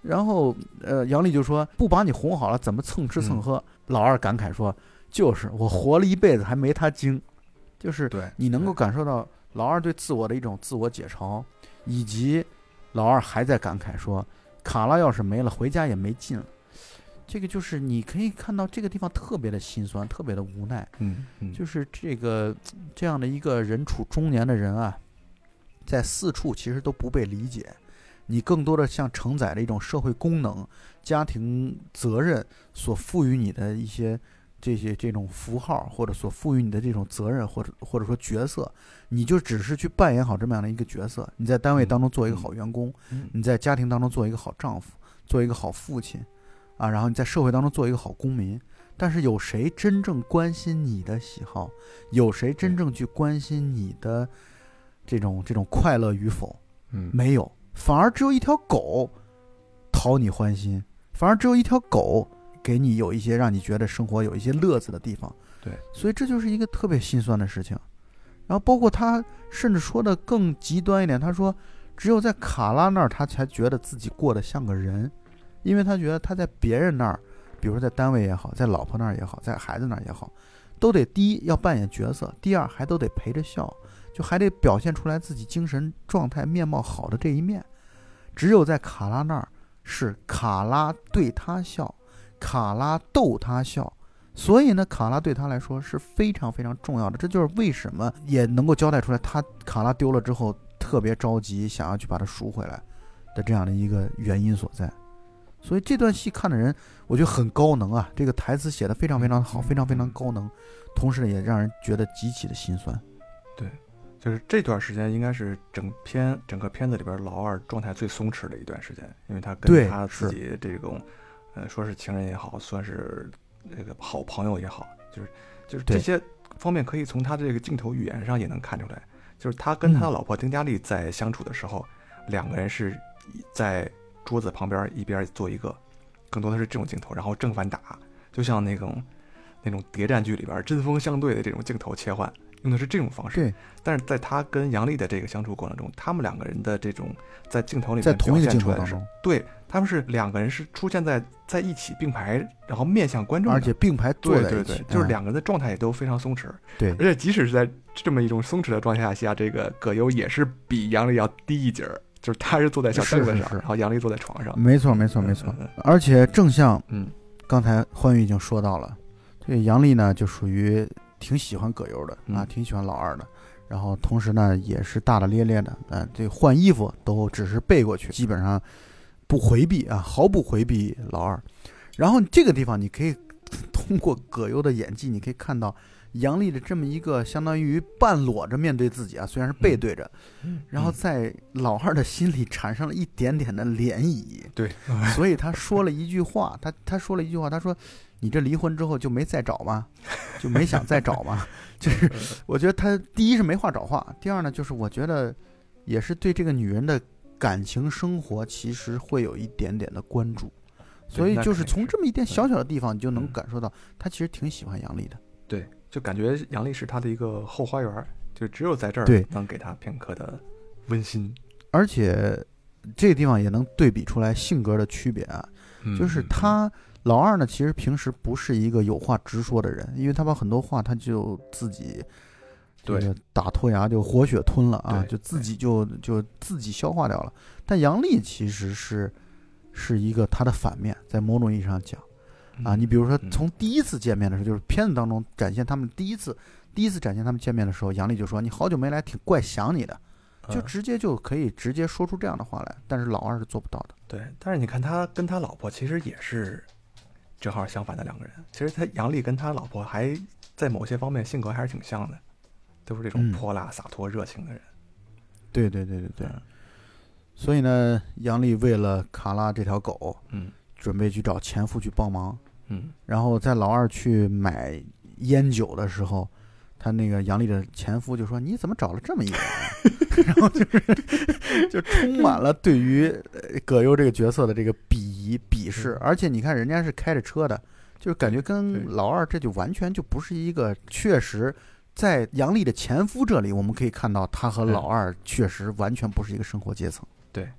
然后杨丽就说不把你哄好了怎么蹭吃蹭喝，老二感慨说就是我活了一辈子还没他精，就是你能够感受到老二对自我的一种自我解嘲，以及老二还在感慨说卡拉要是没了回家也没劲了。这个就是你可以看到这个地方特别的心酸，特别的无奈。就是这样的一个人处中年的人啊，在四处其实都不被理解，你更多的像承载了一种社会功能、家庭责任所赋予你的一些这种符号，或者所赋予你的这种责任，或者说角色，你就只是去扮演好这么样的一个角色。你在单位当中做一个好员工，你在家庭当中做一个好丈夫，做一个好父亲啊，然后你在社会当中做一个好公民。但是有谁真正关心你的喜好？有谁真正去关心你的这种快乐与否？没有，反而只有一条狗讨你欢心，反而只有一条狗给你有一些让你觉得生活有一些乐子的地方。 对， 所以这就是一个特别心酸的事情。然后包括他甚至说的更极端一点，他说只有在卡拉那儿他才觉得自己过得像个人，因为他觉得他在别人那儿，比如说在单位也好，在老婆那儿也好，在孩子那儿也好，都得第一要扮演角色，第二还都得陪着笑，就还得表现出来自己精神状态面貌好的这一面。只有在卡拉那儿是卡拉对他笑，卡拉逗他笑，所以呢卡拉对他来说是非常非常重要的。这就是为什么也能够交代出来他卡拉丢了之后特别着急想要去把它赎回来的这样的一个原因所在。所以这段戏看的人我觉得很高能啊，这个台词写得非常非常好，非常非常高能，同时也让人觉得极其的心酸。 对，就是这段时间应该是整个片子里边老二状态最松弛的一段时间，因为他跟他自己这种说是情人也好，算是这个好朋友也好，就是这些方面可以从他的这个镜头语言上也能看出来。就是他跟他的老婆丁嘉丽在相处的时候，两个人是在桌子旁边一边做一个，更多的是这种镜头，然后正反打，就像那种谍战剧里边针锋相对的这种镜头切换，用的是这种方式。 对， 但是在他跟杨丽的这个相处过程中，他们两个人的这种在镜头里面在同一个镜头当中， 对，他们是两个人是出现在一起并排，然后面向观众的， 而且并排坐在一起， 对，就是两个人的状态也都非常松弛。 对， 而且即使是在这么一种松弛的状态下，这个葛优也是比杨丽要低一截儿。就是他是坐在小凳子上，然后杨丽坐在床上。 没错。而且正像刚才欢愉已经说到了，这个杨丽呢就属于挺喜欢葛优的啊，挺喜欢老二的，然后同时呢也是大大咧咧的，这换衣服都只是背过去，基本上不回避啊，毫不回避老二。然后这个地方你可以通过葛优的演技，你可以看到杨丽的这么一个相当于半裸着面对自己啊，虽然是背对着，然后在老二的心里产生了一点点的涟漪。 对， 所以他说了一句话，他说了一句话，他说：“你这离婚之后就没再找吗？就没想再找吗？”就是我觉得他第一是没话找话，第二呢就是我觉得也是对这个女人的感情生活其实会有一点点的关注，所以就是从这么一点小小的地方，你就能感受到他其实挺喜欢杨丽的。 对，就感觉杨丽是他的一个后花园，就只有在这儿能给他片刻的温馨。 而且这个地方也能对比出来性格的区别啊，就是他老二呢，其实平时不是一个有话直说的人，因为他把很多话他就自己打脱牙就活血吞了啊，就自己就自己消化掉了。但杨丽其实是一个他的反面，在某种意义上讲。啊，你比如说从第一次见面的时候，就是片子当中展现他们第一次展现他们见面的时候，杨丽就说：“你好久没来，挺怪想你的。”就可以直接说出这样的话来。但是老二是做不到的。 对，但是你看他跟他老婆其实也是正好相反的两个人。其实他杨丽跟他老婆还在某些方面性格还是挺像的，都是这种泼辣、洒脱、热情的人。 对。所以呢，杨丽为了卡拉这条狗，准备去找前夫去帮忙。然后在老二去买烟酒的时候，他那个杨丽的前夫就说：“你怎么找了这么一个人？”然后就充满了对于葛优这个角色的这个鄙夷、鄙视。而且你看人家是开着车的，就是感觉跟老二这就完全就不是一个。确实，在杨丽的前夫这里，我们可以看到他和老二确实完全不是一个生活阶层。 对，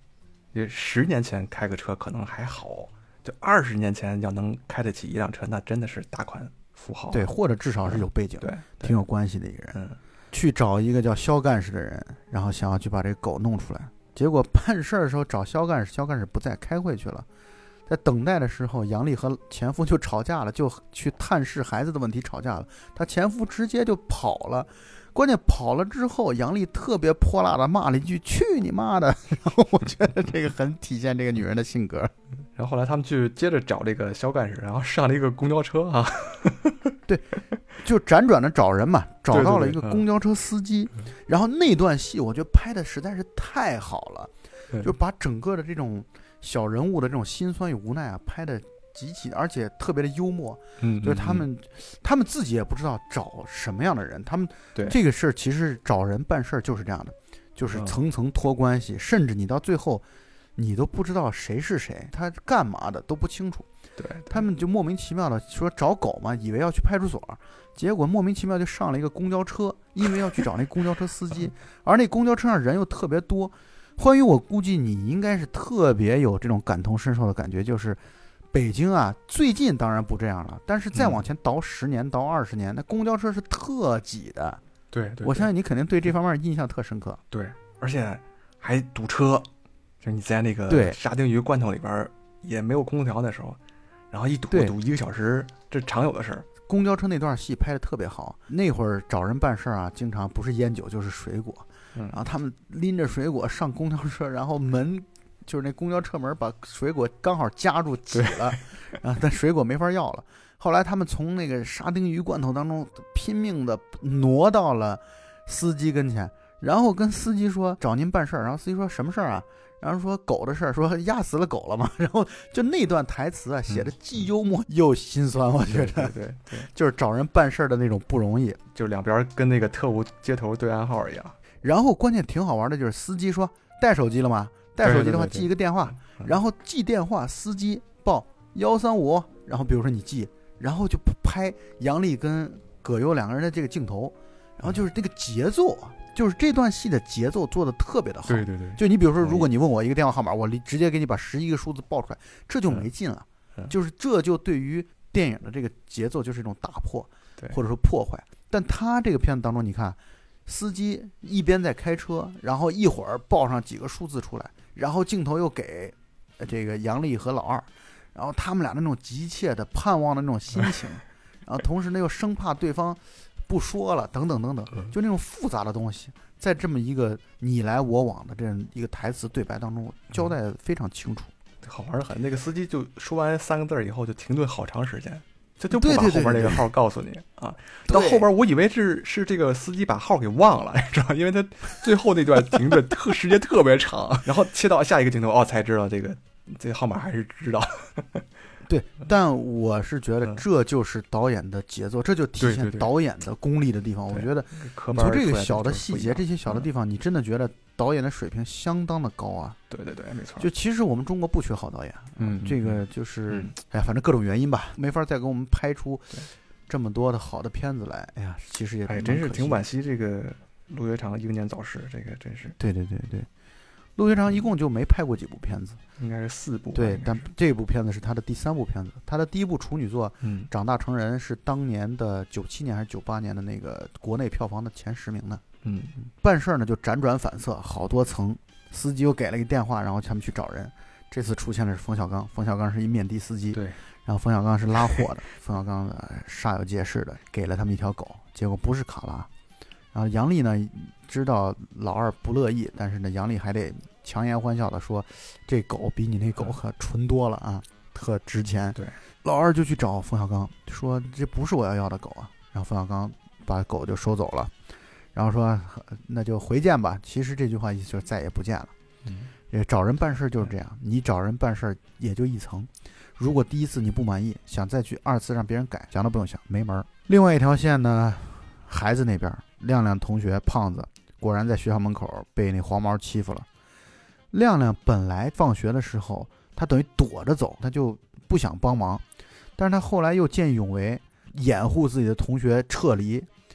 也10年前开个车可能还好，就20年前要能开得起一辆车，那真的是大款富豪。 对，或者至少是有背景， 对， 挺有关系的一个人。去找一个叫肖干事的人，然后想要去把这个狗弄出来。结果办事的时候找肖干事，肖干事不在，开会去了。在等待的时候，杨丽和前夫就吵架了，就去探视孩子的问题吵架了。她前夫直接就跑了，关键跑了之后，杨丽特别泼辣的骂了一句“去你妈的”，然后我觉得这个很体现这个女人的性格。 然后后来他们去接着找这个肖干事，然后上了一个公交车啊， 对，就辗转的找人嘛，找到了一个公交车司机。然后那段戏我觉得拍的实在是太好了，就把整个的这种小人物的这种心酸与无奈啊拍的极其，而且特别的幽默。就是他们自己也不知道找什么样的人，他们这个事儿其实找人办事儿就是这样的，就是层层托关系，甚至你到最后你都不知道谁是谁，他干嘛的都不清楚。 对， 他们就莫名其妙的说找狗嘛，以为要去派出所，结果莫名其妙就上了一个公交车，因为要去找那公交车司机，而那公交车上人又特别多。欢愉，我估计你应该是特别有这种感同身受的感觉，就是北京啊，最近当然不这样了，但是再往前倒10年到20年，那公交车是特挤的。 对， 我相信你肯定对这方面印象特深刻。 对，而且还堵车，就是你在那个沙丁鱼罐头里边也没有空调的时候，然后一堵1个小时，这常有的事儿。 公交车那段戏拍的特别好，那会儿找人办事啊，经常不是烟酒就是水果。然后他们拎着水果上公交车，然后门就是那公交车门把水果刚好夹住挤了，然后但水果没法要了。后来他们从那个沙丁鱼罐头当中拼命的挪到了司机跟前，然后跟司机说找您办事儿，然后司机说什么事儿啊？然后说狗的事儿，说压死了狗了嘛。然后就那段台词啊，写的既幽默又心酸，我觉得对， 就是找人办事儿的那种不容易， 就两边跟那个特务接头对暗号一样。 然后关键挺好玩的，就是司机说带手机了吗？带手机的话记一个电话，然后记电话，司机报135，然后比如说你记，然后就拍杨丽跟葛优2个人的这个镜头，然后就是这个节奏，就是这段戏的节奏做的特别的好。 对， 就你比如说，如果你问我一个电话号码，我直接给你把11个数字报出来，这就没劲了。就是这就对于电影的这个节奏就是一种打破，或者说破坏。但他这个片子当中，你看。司机一边在开车，然后一会儿报上几个数字出来，然后镜头又给这个杨丽和老二，然后他们俩那种急切的盼望的那种心情，然后同时呢又生怕对方不说了，等等等等，就那种复杂的东西，在这么一个你来我往的这样一个台词对白当中交代得非常清楚， 好玩的很。那个司机就说完3个字以后就停顿好长时间。这就不把后边那个号告诉你啊！到后边我以为是这个司机把号给忘了，知道？因为他最后那段停顿时间特别长，然后切到下一个镜头，才知道这个号码还是知道。 对，但我是觉得这就是导演的节奏，这就体现导演的功力的地方。我觉得从这个小的细节，这些小的地方，你真的觉得导演的水平相当的高啊！ 对，没错。 就其实我们中国不缺好导演，这个就是哎呀，反正各种原因吧，没法再给我们拍出这么多的好的片子来。哎呀，其实也真是挺惋惜，这个陆学长英年早逝，这个真是。 对。陆学长一共就没拍过几部片子， 应该是4部。 对，但这部片子是他的第3部片子，他的第1部处女作《长大成人》是当年的97年还是98年的那个国内票房的前10名呢。办事呢就辗转反侧，好多层。司机又给了一个电话，然后他们去找人。这次出现的是冯小刚，冯小刚是一面的司机， 对。 然后冯小刚是拉货的，冯小刚煞有介事的给了他们一条狗，结果不是卡拉。然后杨丽呢知道老二不乐意，但是呢杨丽还得强颜欢笑的说，这狗比你那狗可纯多了啊，特值钱。 对， 老二就去找冯小刚说，这不是我要的狗啊。然后冯小刚把狗就收走了，然后说那就回见吧。其实这句话意思就是再也不见了。找人办事就是这样，你找人办事也就一层，如果第一次你不满意，想再去2次让别人改，想都不用想，没门。另外一条线呢，孩子那边亮亮同学胖子果然在学校门口被那黄毛欺负了。亮亮本来放学的时候他等于躲着走，他就不想帮忙，但是他后来又见义勇为，掩护自己的同学撤离，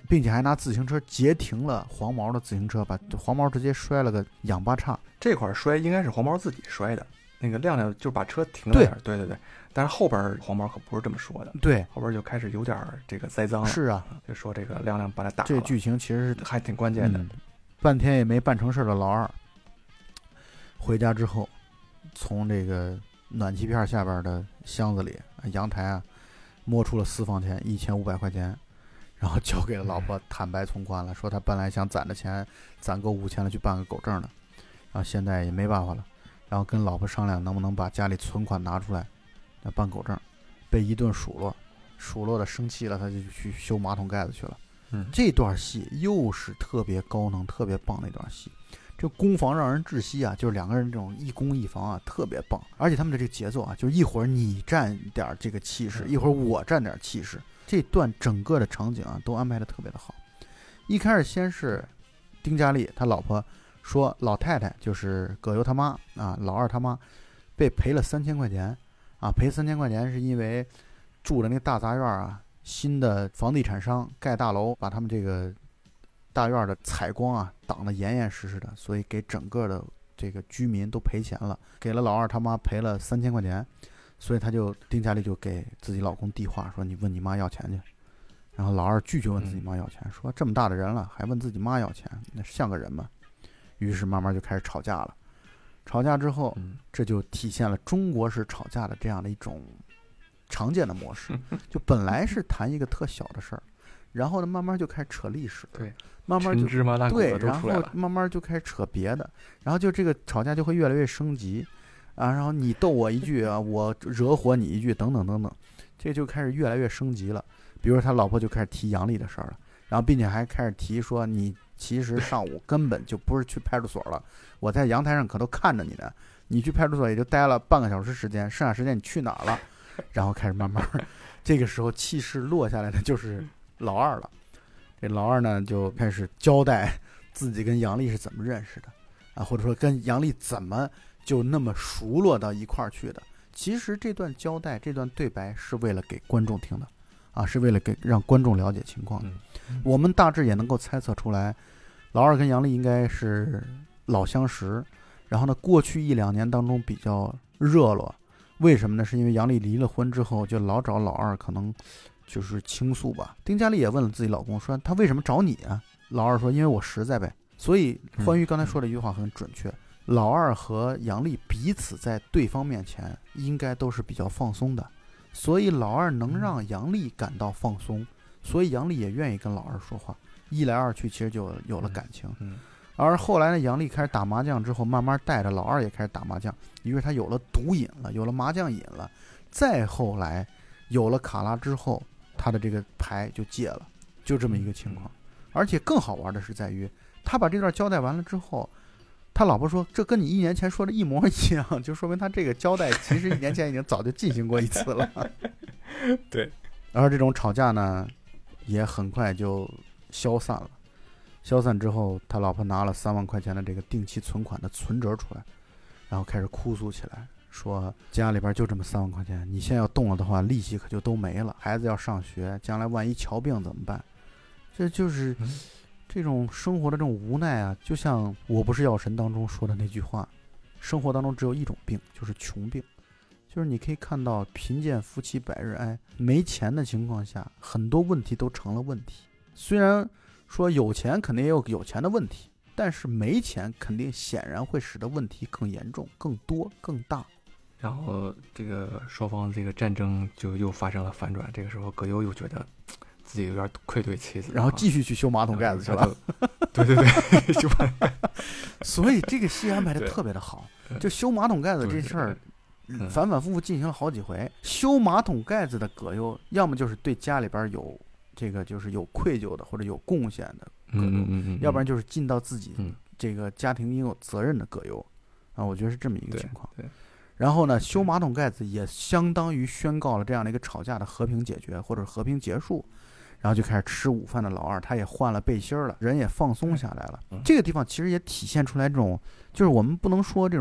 并且还拿自行车截停了黄毛的自行车，把黄毛直接摔了个仰八叉。 这块摔应该是黄毛自己摔的，那个亮亮就把车停在那儿。对对对，但是后边黄毛可不是这么说的。 对， 后边就开始有点这个栽赃了。 是啊， 就说这个亮亮把他打了。 这剧情其实还挺关键的。 半天也没办成事的老二，回家之后，从这个暖气片下边的箱子里，阳台啊，摸出了私房钱1500块钱。然后交给了老婆，坦白从宽了，说他本来想攒的钱攒够5000了去办个狗证的，然后现在也没办法了，然后跟老婆商量能不能把家里存款拿出来办狗证，被一顿数落的生气了，他就去修马桶盖子去了。这段戏又是特别高能特别棒的一段戏，这攻防让人窒息啊，就是两个人这种一攻一防啊，特别棒。而且他们的这个节奏啊，就是一会儿你占点这个气势，一会儿我占点气势，这段整个的场景啊都安排的特别的好。一开始先是丁嘉丽他老婆说老太太就是葛优他妈啊，老二他妈被赔了3000块钱啊，赔3000块钱是因为住的那大杂院啊，新的房地产商盖大楼把他们这个大院的采光啊挡得严严实实的，所以给整个的这个居民都赔钱了，给了老二他妈赔了3000块钱。所以丁嘉丽就给自己老公递话说你问你妈要钱去。然后老二拒绝问自己妈要钱，说这么大的人了还问自己妈要钱，那像个人吗？于是慢慢就开始吵架了。吵架之后，这就体现了中国式吵架的这样的一种常见的模式，就本来是谈一个特小的事儿，然后呢慢慢就开始扯历史， 对， 慢慢就芝麻大对， 然后慢慢就开始扯别的，然后就这个吵架就会越来越升级啊，然后你逗我一句啊，我惹火你一句，等等等等，这就开始越来越升级了。比如他老婆就开始提杨丽的事儿了，然后并且还开始提说你其实上午根本就不是去派出所了，我在阳台上可都看着你呢，你去派出所也就待了半个小时时间，剩下时间你去哪儿了？然后开始慢慢，这个时候气势落下来的就是老二了。这老二呢就开始交代自己跟杨丽是怎么认识的啊，或者说跟杨丽怎么就那么熟络到一块儿去的。其实这段交代这段对白是为了给观众听的啊，是为了让观众了解情况的。我们大致也能够猜测出来，老二跟杨丽应该是老相识，然后呢过去1-2年当中比较热络。为什么呢？是因为杨丽离了婚之后就老找老二，可能就是倾诉吧。丁嘉丽也问了自己老公说他为什么找你啊？老二说因为我实在呗。所以欢愉刚才说的一句话很准确，老二和杨丽彼此在对方面前应该都是比较放松的，所以老二能让杨丽感到放松，所以杨丽也愿意跟老二说话，一来二去其实就有了感情。而后来呢，杨丽开始打麻将之后，慢慢带着老二也开始打麻将，于是他有了赌瘾了，有了麻将瘾了。再后来有了卡拉之后，他的这个牌就戒了，就这么一个情况。而且更好玩的是在于，他把这段交代完了之后，他老婆说这跟你1年前说的一模一样，就说明他这个交代其实1年前已经早就进行过一次了。 对， 而这种吵架呢也很快就消散了。消散之后，他老婆拿了3万块钱的这个定期存款的存折出来，然后开始哭诉起来，说家里边就这么3万块钱，你现在要动了的话利息可就都没了，孩子要上学，将来万一瞧病怎么办？这就是这种生活的这种无奈啊，就像《我不是药神》当中说的那句话，生活当中只有一种病，就是穷病。就是你可以看到贫贱夫妻百日哀，没钱的情况下很多问题都成了问题。虽然说有钱肯定也有有钱的问题，但是没钱肯定显然会使得问题更严重、更多、更大。 然后这个双方这个战争就又发生了反转，这个时候葛优又觉得自己有点愧对妻子， 然后继续去修马桶盖子去了。 对对对，修马桶盖子。 所以这个戏安排的特别的好，就修马桶盖子这事儿反反复复进行了好几回。修马桶盖子的葛优，要么就是对家里边有这个就是有愧疚的或者有贡献的葛优，要不然就是尽到自己这个家庭应有责任的葛优啊，我觉得是这么一个情况。然后呢，修马桶盖子也相当于宣告了这样的一个吵架的和平解决或者和平结束。然后就开始吃午饭的老二，他也换了背心了，人也放松下来了。这个地方其实也体现出来这种，就是我们不能说这种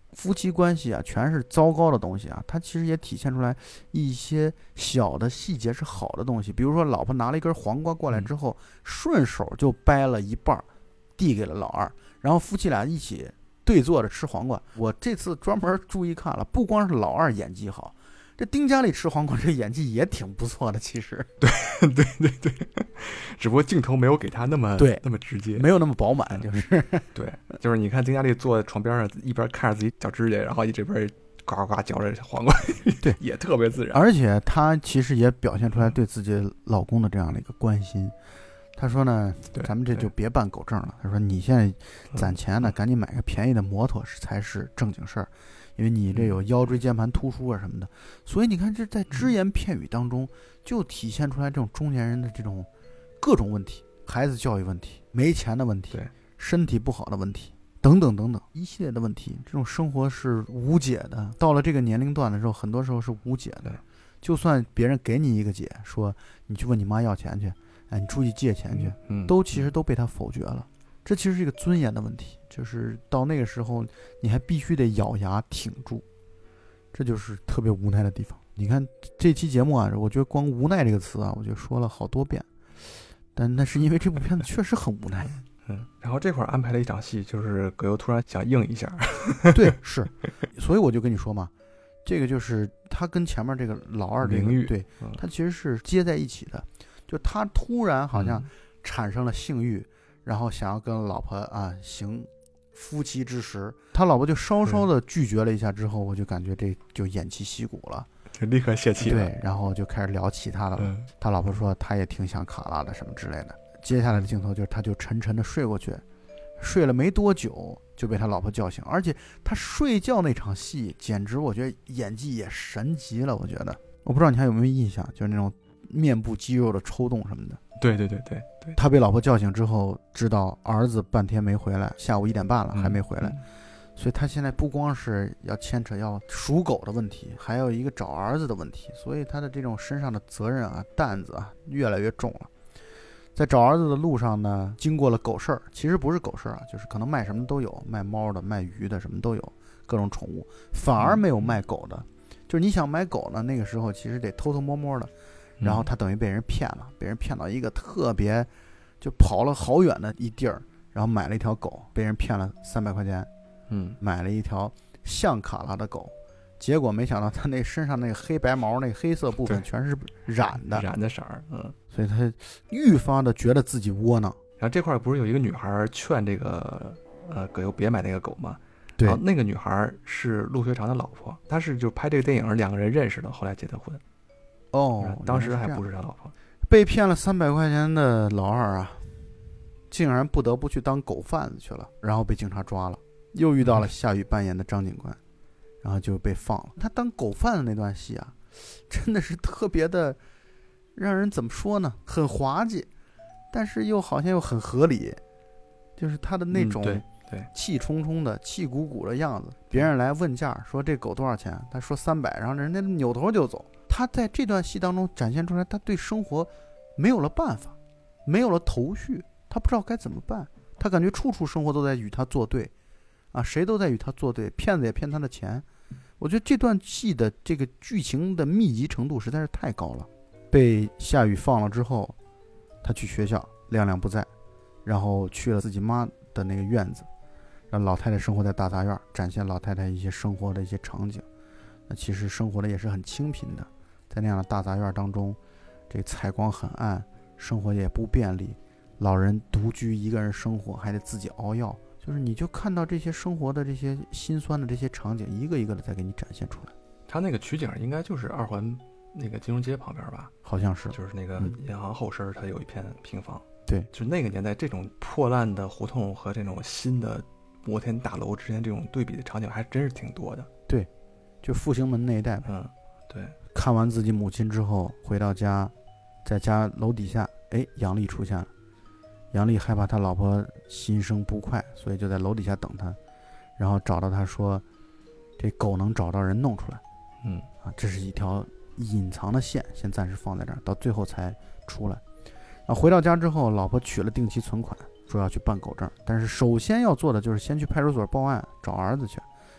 夫妻关系啊全是糟糕的东西啊，它其实也体现出来一些小的细节是好的东西。比如说老婆拿了一根黄瓜过来之后，顺手就掰了一半递给了老二，然后夫妻俩一起对坐着吃黄瓜。我这次专门注意看了，不光是老二演技好，这丁家里吃黄瓜这演技也挺不错的，其实。 对，只不过镜头没有给他那么直接， 没有那么饱满，就是。 对，就是你看丁家里坐在床边上，一边看着自己脚指甲，然后这边呱呱呱嚼着黄瓜， 对， 也特别自然。 而且他其实也表现出来对自己老公的这样的一个关心。他说呢，咱们这就别办狗证了。他说你现在攒钱呢，赶紧买个便宜的摩托才是正经事儿，因为你这有腰椎间盘突出啊什么的。所以你看，这在只言片语当中就体现出来这种中年人的这种各种问题，孩子教育问题，没钱的问题，身体不好的问题，等等等等一系列的问题。这种生活是无解的，到了这个年龄段的时候，很多时候是无解的。就算别人给你一个解，说你去问你妈要钱去，哎，你出去借钱去，其实都被他否决了。这其实是一个尊严的问题，就是到那个时候你还必须得咬牙挺住，这就是特别无奈的地方。你看这期节目啊，我觉得光无奈这个词啊，我就说了好多遍，但那是因为这部片子确实很无奈。 然后这会儿安排了一场戏，就是葛优突然想硬一下。 对，是，所以我就跟你说嘛，这个就是他跟前面这个老二这个，对，他其实是接在一起的。就他突然好像产生了性欲，然后想要跟老婆啊行夫妻之实，他老婆就稍稍的拒绝了一下之后，我就感觉这就偃旗息鼓了， 就立刻泄气了。 对，然后就开始聊其他的了。他老婆说他也挺想卡拉的什么之类的。接下来的镜头就是他就沉沉的睡过去，睡了没多久就被他老婆叫醒，而且他睡觉那场戏简直我觉得演技也神极了。我觉得我不知道你还有没有印象，就是那种面部肌肉的抽动什么的。 对， 他被老婆叫醒之后，知道儿子半天没回来，下午1点半了还没回来，所以他现在不光是要牵扯要属狗的问题，还有一个找儿子的问题，所以他的这种身上的责任啊担子啊越来越重了。在找儿子的路上呢，经过了狗市儿，其实不是狗市儿啊，就是可能卖什么都有，卖猫的卖鱼的什么都有，各种宠物，反而没有卖狗的。就是你想买狗呢，那个时候其实得偷偷摸摸的，然后他等于被人骗了，被人骗到一个特别就跑了好远的一地儿，然后买了一条狗，被人骗了300块钱，买了一条像卡拉的狗，结果没想到他那身上那个黑白毛那个黑色部分全是染的色儿， 所以他愈发的觉得自己窝囊。 然后这块不是有一个女孩劝这个葛优别买那个狗吗？ 对， 然后那个女孩是陆学长的老婆，她是就拍这个电影2个人认识的，后来结的婚。当时还不是他老婆。 被骗了300块钱的老二啊，竟然不得不去当狗贩子去了，然后被警察抓了，又遇到了夏雨扮演的张警官，然后就被放了。他当狗贩子那段戏啊，真的是特别的让人怎么说呢，很滑稽，但是又好像又很合理，就是他的那种气冲冲的气鼓鼓的样子。别人来问价说这狗多少钱，他说300，然后人家扭头就走。他在这段戏当中展现出来，他对生活没有了办法，没有了头绪，他不知道该怎么办，他感觉处处生活都在与他作对啊，谁都在与他作对，骗子也骗他的钱。我觉得这段戏的这个剧情的密集程度实在是太高了。被夏雨放了之后，他去学校，亮亮不在，然后去了自己妈的那个院子，让老太太生活在大杂院，展现老太太一些生活的一些场景。那其实生活的也是很清贫的，在那样的大杂院当中，这个采光很暗，生活也不便利，老人独居一个人生活，还得自己熬药，就是你就看到这些生活的这些辛酸的这些场景，一个一个的再给你展现出来。 他那个取景应该就是2环那个金融街旁边吧？ 好像是， 就是那个银行后身，它有一片平房。 对， 就是那个年代这种破烂的胡同和这种新的摩天大楼之间这种对比的场景还真是挺多的。 对，就复兴门那一带。 对。 看完自己母亲之后，回到家，在家楼底下，杨丽出现了。杨丽害怕他老婆心生不快，所以就在楼底下等他，然后找到他说，这狗能找到人弄出来。这是一条隐藏的线，先暂时放在这儿，到最后才出来。然后回到家之后，老婆取了定期存款，说要去办狗证，但是首先要做的就是先去派出所报案，找儿子去，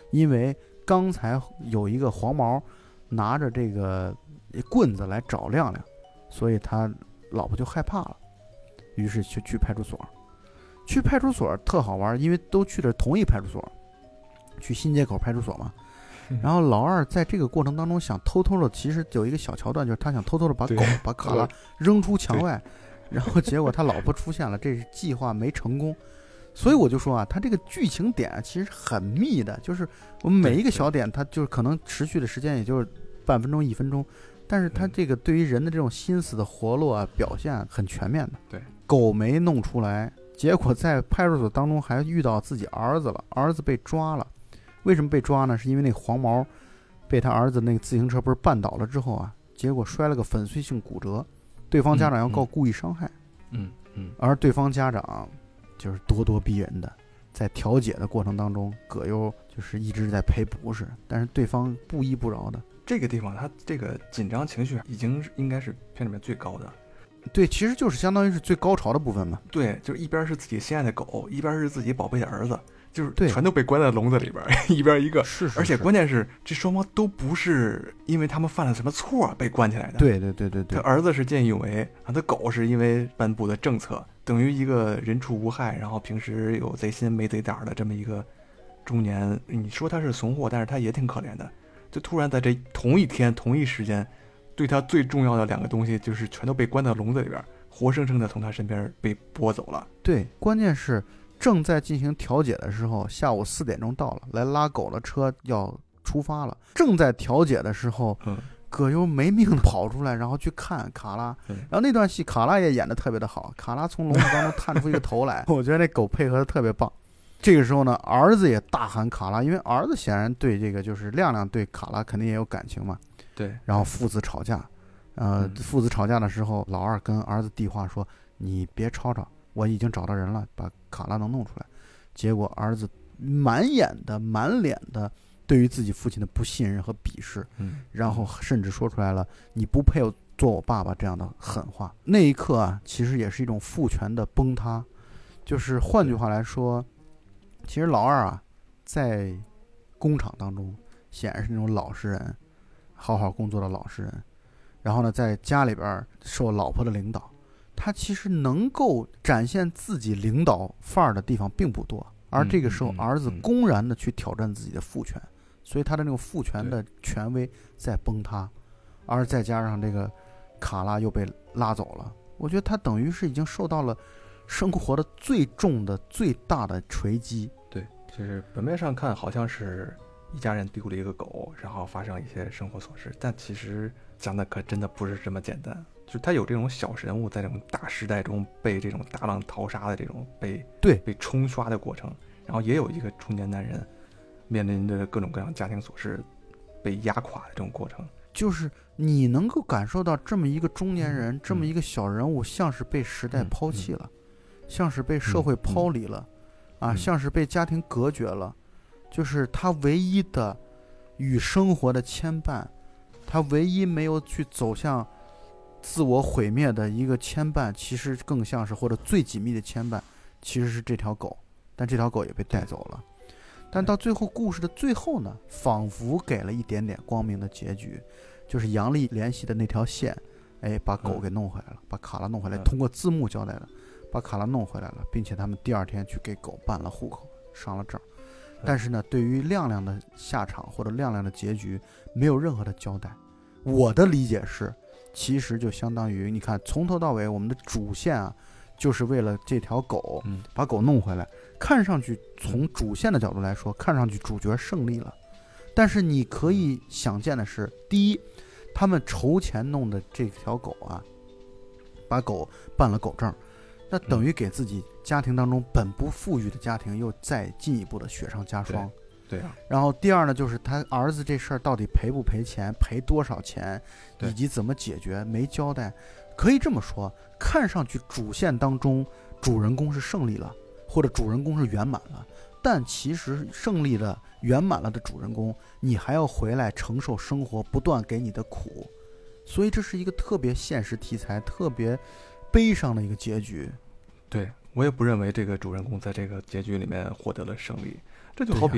因为刚才有一个黄毛拿着这个棍子来找亮亮，所以他老婆就害怕了，于是去派出所。去派出所特好玩，因为都去的同一派出所，去新街口派出所嘛。然后老二在这个过程当中想偷偷的，其实有一个小桥段，就是他想偷偷的把卡拉扔出墙外，然后结果他老婆出现了，这是计划没成功。所以我就说啊，他这个剧情点其实很密的，就是我们每一个小点，它就是可能持续的时间也就是半分钟1分钟，但是他这个对于人的这种心思的活络啊，表现很全面的。 对， 狗没弄出来，结果在派出所当中还遇到自己儿子了，儿子被抓了。为什么被抓呢？是因为那黄毛被他儿子那个自行车不是绊倒了之后啊，结果摔了个粉碎性骨折，对方家长要告故意伤害。而对方家长就是咄咄逼人的，在调解的过程当中，葛优就是一直在赔不是，但是对方不依不饶的。 这个地方他这个紧张情绪已经应该是片里面最高的。 对，其实就是相当于是最高潮的部分嘛。 对，就是一边是自己心爱的狗，一边是自己宝贝的儿子，就是对， 全都被关在笼子里边，一边一个。 是， 而且关键是这双方都不是因为他们犯了什么错被关起来的。 对。 他儿子是见义勇为，他的狗是因为颁布的政策，等于一个人畜无害，然后平时有贼心没贼胆的这么一个中年。你说他是怂货，但是他也挺可怜的。就突然在这同一天同一时间，对他最重要的2个东西就是全都被关到笼子里边，活生生的从他身边被拨走了。 对，关键是正在进行调解的时候，下午4点钟到了，来拉狗的车要出发了。正在调解的时候，葛优没命的跑出来，然后去看卡拉。然后那段戏卡拉也演得特别的好，卡拉从笼子当中探出一个头来，我觉得那狗配合的特别棒。这个时候呢，儿子也大喊卡拉，因为儿子显然对这个就是亮亮对卡拉肯定也有感情嘛。 对， 然后父子吵架，父子吵架的时候，老二跟儿子递话说：“你别吵吵，我已经找到人了，把卡拉能弄出来。”结果儿子满脸的对于自己父亲的不信任和鄙视，然后甚至说出来了“你不配做我爸爸”这样的狠话。那一刻啊，其实也是一种父权的崩塌。就是换句话来说，其实老二啊，在工厂当中显然是那种老实人，好好工作的老实人。然后呢，在家里边受老婆的领导，他其实能够展现自己领导范儿的地方并不多。而这个时候，儿子公然的去挑战自己的父权，所以他的那种父权的权威在崩塌。而再加上这个卡拉又被拉走了，我觉得他等于是已经受到了生活的最重的最大的锤击。 对，就是表面上看好像是一家人丢了一个狗，然后发生了一些生活琐事，但其实讲的可真的不是这么简单。就是他有这种小人物在这种大时代中被这种大浪淘沙的这种被冲刷的过程，然后也有一个中年男人面临着各种各样家庭琐事被压垮的这种过程。 就是你能够感受到这么一个中年人，这么一个小人物，像是被时代抛弃了，像是被社会抛离了，像是被家庭隔绝了。就是他唯一的与生活的牵绊，他唯一没有去走向自我毁灭的一个牵绊，其实更像是或者最紧密的牵绊其实是这条狗，但这条狗也被带走了。但到最后故事的最后呢，仿佛给了一点点光明的结局，就是杨丽联系的那条线，把狗给弄回来了，把卡拉弄回来，通过字幕交代的，把卡拉弄回来了，并且他们第2天去给狗办了户口，上了证。但是呢，对于亮亮的下场或者亮亮的结局没有任何的交代。我的理解是，其实就相当于你看从头到尾我们的主线啊，就是为了这条狗把狗弄回来。看上去从主线的角度来说，看上去主角胜利了，但是你可以想见的是，第一，他们筹钱弄的这条狗啊，把狗办了狗证，那等于给自己家庭当中本不富裕的家庭又再进一步的雪上加霜。 对啊。 然后第二呢，就是他儿子这事儿到底赔不赔钱，赔多少钱，以及怎么解决没交代。可以这么说，看上去主线当中主人公是胜利了，或者主人公是圆满了，但其实胜利了圆满了的主人公，你还要回来承受生活不断给你的苦。所以这是一个特别现实题材，特别悲伤的一个结局。 对，我也不认为这个主人公在这个结局里面获得了胜利。这就好比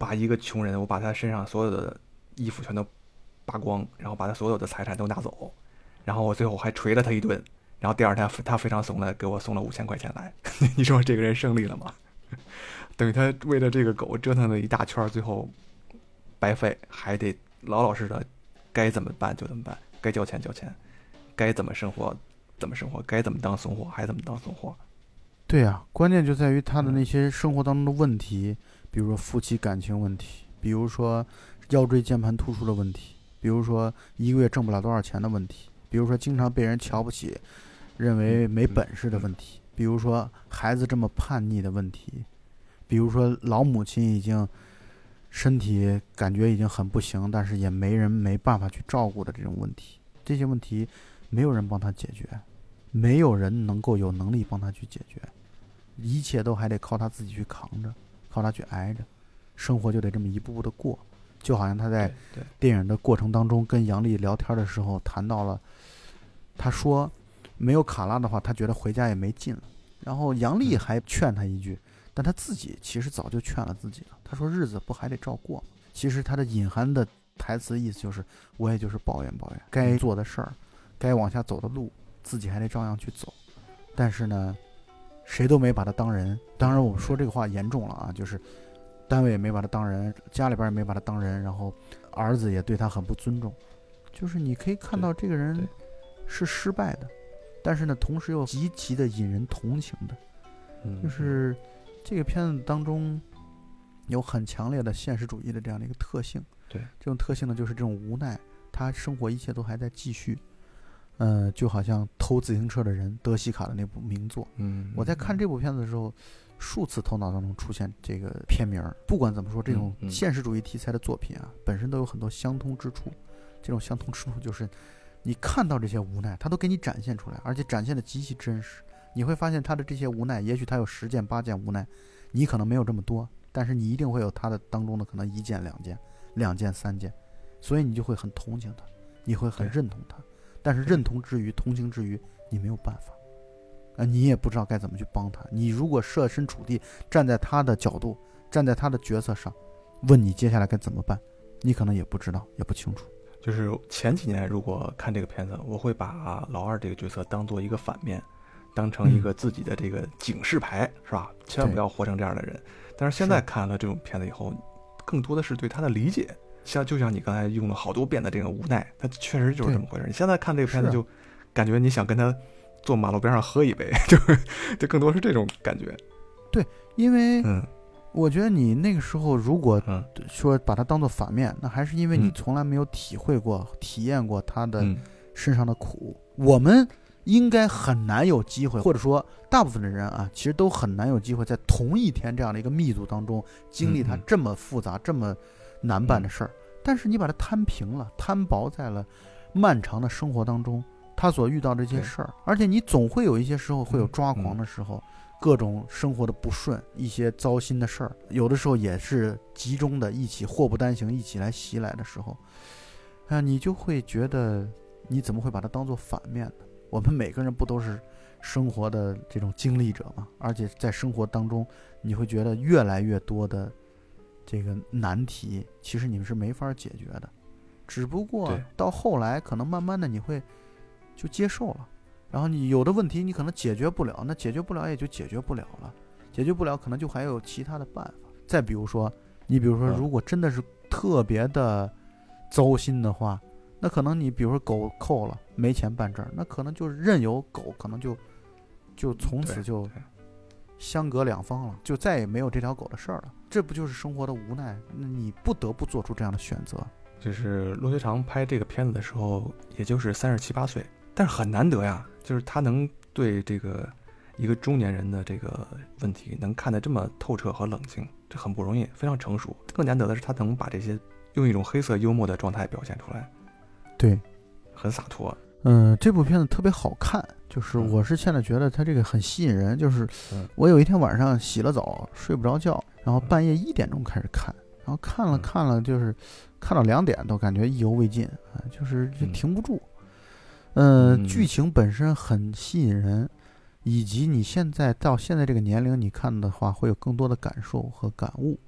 把一个穷人，我把他身上所有的衣服全都扒光，然后把他所有的财产都拿走，然后我最后还捶了他一顿，然后第二天他非常怂的给我送了5000块钱来，你说这个人胜利了吗？等于他为了这个狗折腾了一大圈，最后白费，还得老老实实的，该怎么办就怎么办，该交钱交钱，该怎么生活怎么生活，该怎么当怂货还怎么当怂货。 对啊，关键就在于他的那些生活当中的问题，比如说夫妻感情问题，比如说腰椎间盘突出的问题，比如说一个月挣不了多少钱的问题，比如说经常被人瞧不起，认为没本事的问题，比如说孩子这么叛逆的问题，比如说老母亲已经身体感觉已经很不行，但是也没办法去照顾的这种问题。这些问题没有人帮他解决，没有人能够有能力帮他去解决，一切都还得靠他自己去扛着，靠他去挨着，生活就得这么一步步的过。就好像他在电影的过程当中跟杨丽聊天的时候谈到了，他说没有卡拉的话他觉得回家也没劲了，然后杨丽还劝他一句，但他自己其实早就劝了自己了，他说日子不还得照过吗？其实他的隐含的台词意思就是我也就是抱怨抱怨，该做的事儿，该往下走的路自己还得照样去走，但是呢谁都没把他当人。当然我说这个话严重了啊，就是单位也没把他当人，家里边也没把他当人，然后儿子也对他很不尊重，就是你可以看到这个人是失败的，但是呢同时又极其的引人同情的。就是这个片子当中有很强烈的现实主义的这样的一个特性。 对， 这种特性呢就是这种无奈，他生活一切都还在继续。就好像偷自行车的人，德西卡的那部名作。我在看这部片子的时候数次头脑当中出现这个片名。不管怎么说，这种现实主义题材的作品啊，本身都有很多相通之处。这种相通之处就是你看到这些无奈他都给你展现出来，而且展现的极其真实。你会发现他的这些无奈，也许他有10件8件无奈，你可能没有这么多，但是你一定会有他的当中的可能1件2件2件3件，所以你就会很同情他，你会很认同他。但是认同之余同情之余你没有办法，你也不知道该怎么去帮他。你如果设身处地站在他的角度，站在他的角色上，问你接下来该怎么办，你可能也不知道也不清楚。 就是前几年如果看这个片子，我会把老二这个角色当做一个反面，当成一个自己的这个警示牌，是吧？千万不要活成这样的人。但是现在看了这种片子以后，更多的是对他的理解，就像你刚才用了好多遍的这个无奈，他确实就是这么回事。你现在看这个片子就感觉你想跟他坐马路边上喝一杯，就更多是这种感觉。 对，因为我觉得你那个时候如果说把它当做反面，那还是因为你从来没有体会过体验过他的身上的苦。我们应该很难有机会，或者说大部分的人啊，其实都很难有机会在同一天这样的一个密度当中经历他这么复杂这么难办的事儿。但是你把它摊平了，摊薄在了漫长的生活当中他所遇到的这些事儿，而且你总会有一些时候会有抓狂的时候，各种生活的不顺，一些糟心的事儿，有的时候也是集中的一起祸不单行一起来袭来的时候，你就会觉得你怎么会把它当做反面呢？我们每个人不都是生活的这种经历者吗？而且在生活当中你会觉得越来越多的这个难题其实你们是没法解决的，只不过到后来可能慢慢的你会就接受了，然后你有的问题你可能解决不了，那解决不了也就解决不了了，解决不了可能就还有其他的办法。再比如说如果真的是特别的糟心的话，那可能你比如说狗扣了没钱办证，那可能就是任由狗可能就从此就相隔两方了，就再也没有这条狗的事儿了。这不就是生活的无奈？那你不得不做出这样的选择。 就是骆学长拍这个片子的时候也就是37、8岁，但是很难得呀，就是他能对这个一个中年人的这个问题能看得这么透彻和冷静，这很不容易，非常成熟。更难得的是他能把这些用一种黑色幽默的状态表现出来， 对， 很洒脱。 这部片子特别好看，就是我是现在觉得它这个很吸引人。就是我有一天晚上洗了澡睡不着觉，然后半夜1点钟开始看，然后看了就是看到2点都感觉意犹未尽，就是停不住。剧情本身很吸引人，以及你到现在这个年龄你看的话会有更多的感受和感悟。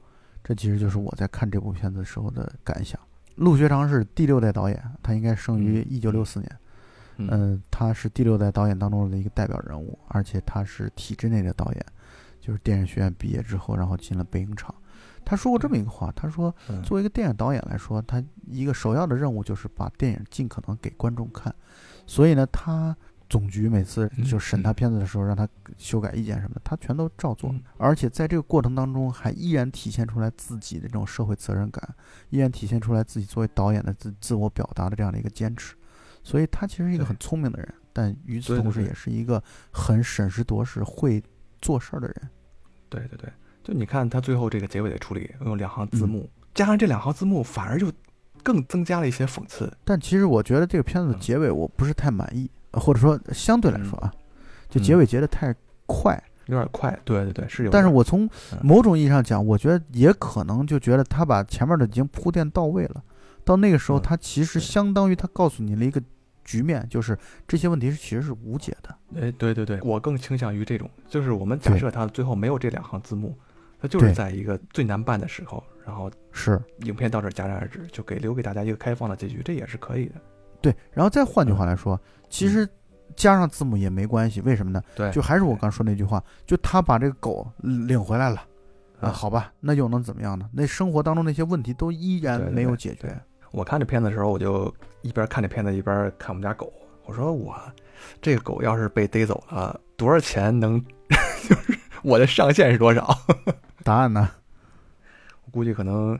这其实就是我在看这部片子的时候的感想。陆学长是第6代导演，他应该生于1964年，他是第6代导演当中的一个代表人物，而且他是体制内的导演，就是电影学院毕业之后，然后进了北影厂。他说过这么一个话，他说作为一个电影导演来说，他一个首要的任务就是把电影尽可能给观众看，所以呢他总局每次就审他片子的时候让他修改意见什么的，他全都照做，而且在这个过程当中还依然体现出来自己的这种社会责任感，依然体现出来自己作为导演的自我表达的这样的一个坚持。所以他其实是一个很聪明的人，但与此同时也是一个很审时度势会做事的人。 对对对，就你看他最后这个结尾的处理，用2行字幕，加上这2行字幕反而就更增加了一些讽刺。 但其实我觉得这个片子的结尾我不是太满意，或者说相对来说啊，就结尾结得太快， 有点快。对对对，是有点。 但是我从某种意义上讲，我觉得也可能就觉得他把前面的已经铺垫到位了，到那个时候他其实相当于他告诉你了一个局面，就是这些问题其实是无解的。 对对对，我更倾向于这种，就是我们假设他最后没有这2行字幕，他就是在一个最难办的时候，然后是影片到这戛然而止，就留给大家一个开放的结局，这也是可以的。 对，然后再换句话来说，其实加上字幕也没关系，为什么呢？ 对， 就还是我刚说那句话，就他把这个狗领回来了，好吧，那又能怎么样呢？那生活当中那些问题都依然没有解决。 对对对，我看这片子的时候，我就一边看这片子一边看我们家狗，我说我这个狗要是被逮走了，多少钱能就是我的上限是多少？ 答案呢？ 我估计可能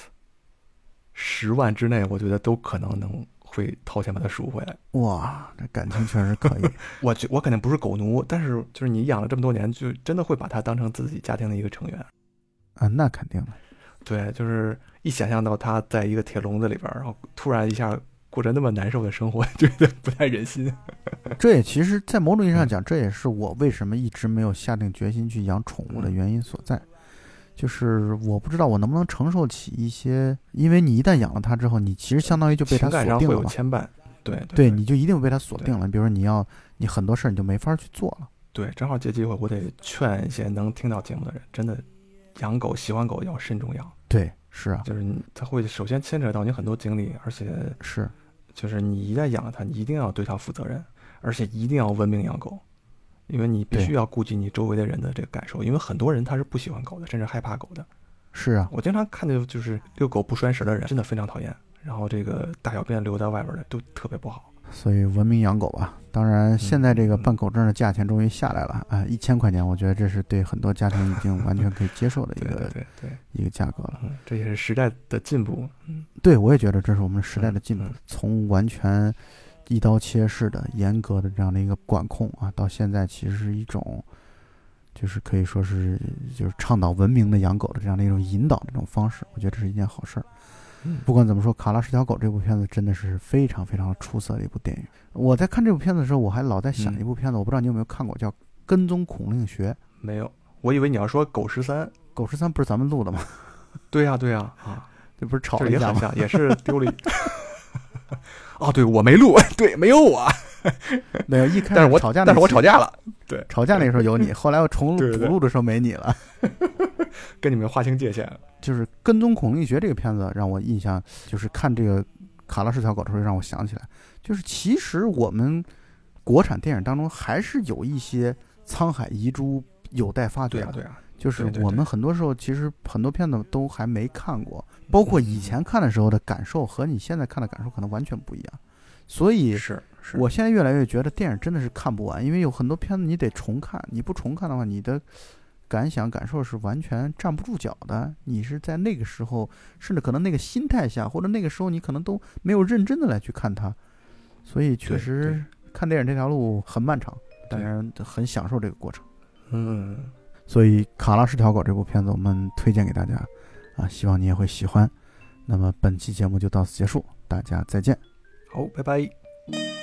10万之内，我觉得都可能会掏钱把它赎回来。 哇，这感情确实可以。 我肯定不是狗奴，但是就是你养了这么多年，就真的会把它当成自己家庭的一个成员啊，那肯定的。 对，就是一想象到它在一个铁笼子里边，然后突然一下过着那么难受的生活，觉得不太忍心。 这也其实在某种意义上讲，这也是我为什么一直没有下定决心去养宠物的原因所在。就是我不知道我能不能承受起一些，因为你一旦养了它之后，你其实相当于就被它锁定了嘛， 情感上会有牵绊。对对，你就一定被它锁定了。比如说你很多事儿你就没法去做了。 对，正好借机会，我得劝一些能听到节目的人，真的养狗喜欢狗要慎重养。 对，是啊， 就是它会首先牵扯到你很多精力，而且是， 就是你一旦养了它，你一定要对它负责任，而且一定要文明养狗。因为你必须要顾及你周围的人的这个感受，因为很多人他是不喜欢狗的，甚至害怕狗的。 是啊， 我经常看的就是遛狗不拴绳的人，真的非常讨厌。然后这个大小便留在外边的都特别不好。 所以文明养狗吧。当然，现在这个办狗证的价钱终于下来了啊，1000块钱，我觉得这是对很多家庭已经完全可以接受的一个一个价格了。 这也是时代的进步。 对，我也觉得这是我们时代的进步，从完全一刀切式的严格的这样的一个管控啊，到现在其实是一种就是可以说是就是倡导文明的养狗的这样的一种引导的这种方式，我觉得这是一件好事儿。不管怎么说，《卡拉是条狗》这部片子真的是非常非常出色的一部电影。我在看这部片子的时候，我还老在想一部片子，我不知道你有没有看过，叫《跟踪孔令学》。 没有，我以为你要说《狗13》。 狗13不是咱们录的吗？ 对呀对呀啊， 这不是吵了一架吗？ 也很像，也是丢了一。哦，对，我没录，对，没有我。 没有，一开始吵架， 但是我吵架了。对， 吵架那时候有你，后来我重补录的时候没你了。 跟你们划清界限。 就是《跟踪孔令学》这个片子让我印象，就是看这个卡拉是条狗的时候让我想起来，就是其实我们国产电影当中还是有一些沧海遗珠有待发掘的。 对啊。 就是我们很多时候其实很多片子都还没看过，包括以前看的时候的感受和你现在看的感受可能完全不一样。所以我现在越来越觉得电影真的是看不完，因为有很多片子你得重看，你不重看的话，你的感受是完全站不住脚的。你是在那个时候，甚至可能那个心态下，或者那个时候你可能都没有认真的来去看它。所以确实看电影这条路很漫长，当然很享受这个过程。所以《卡拉是条狗》这部片子我们推荐给大家啊，希望你也会喜欢。那么本期节目就到此结束，大家再见。 好，拜拜。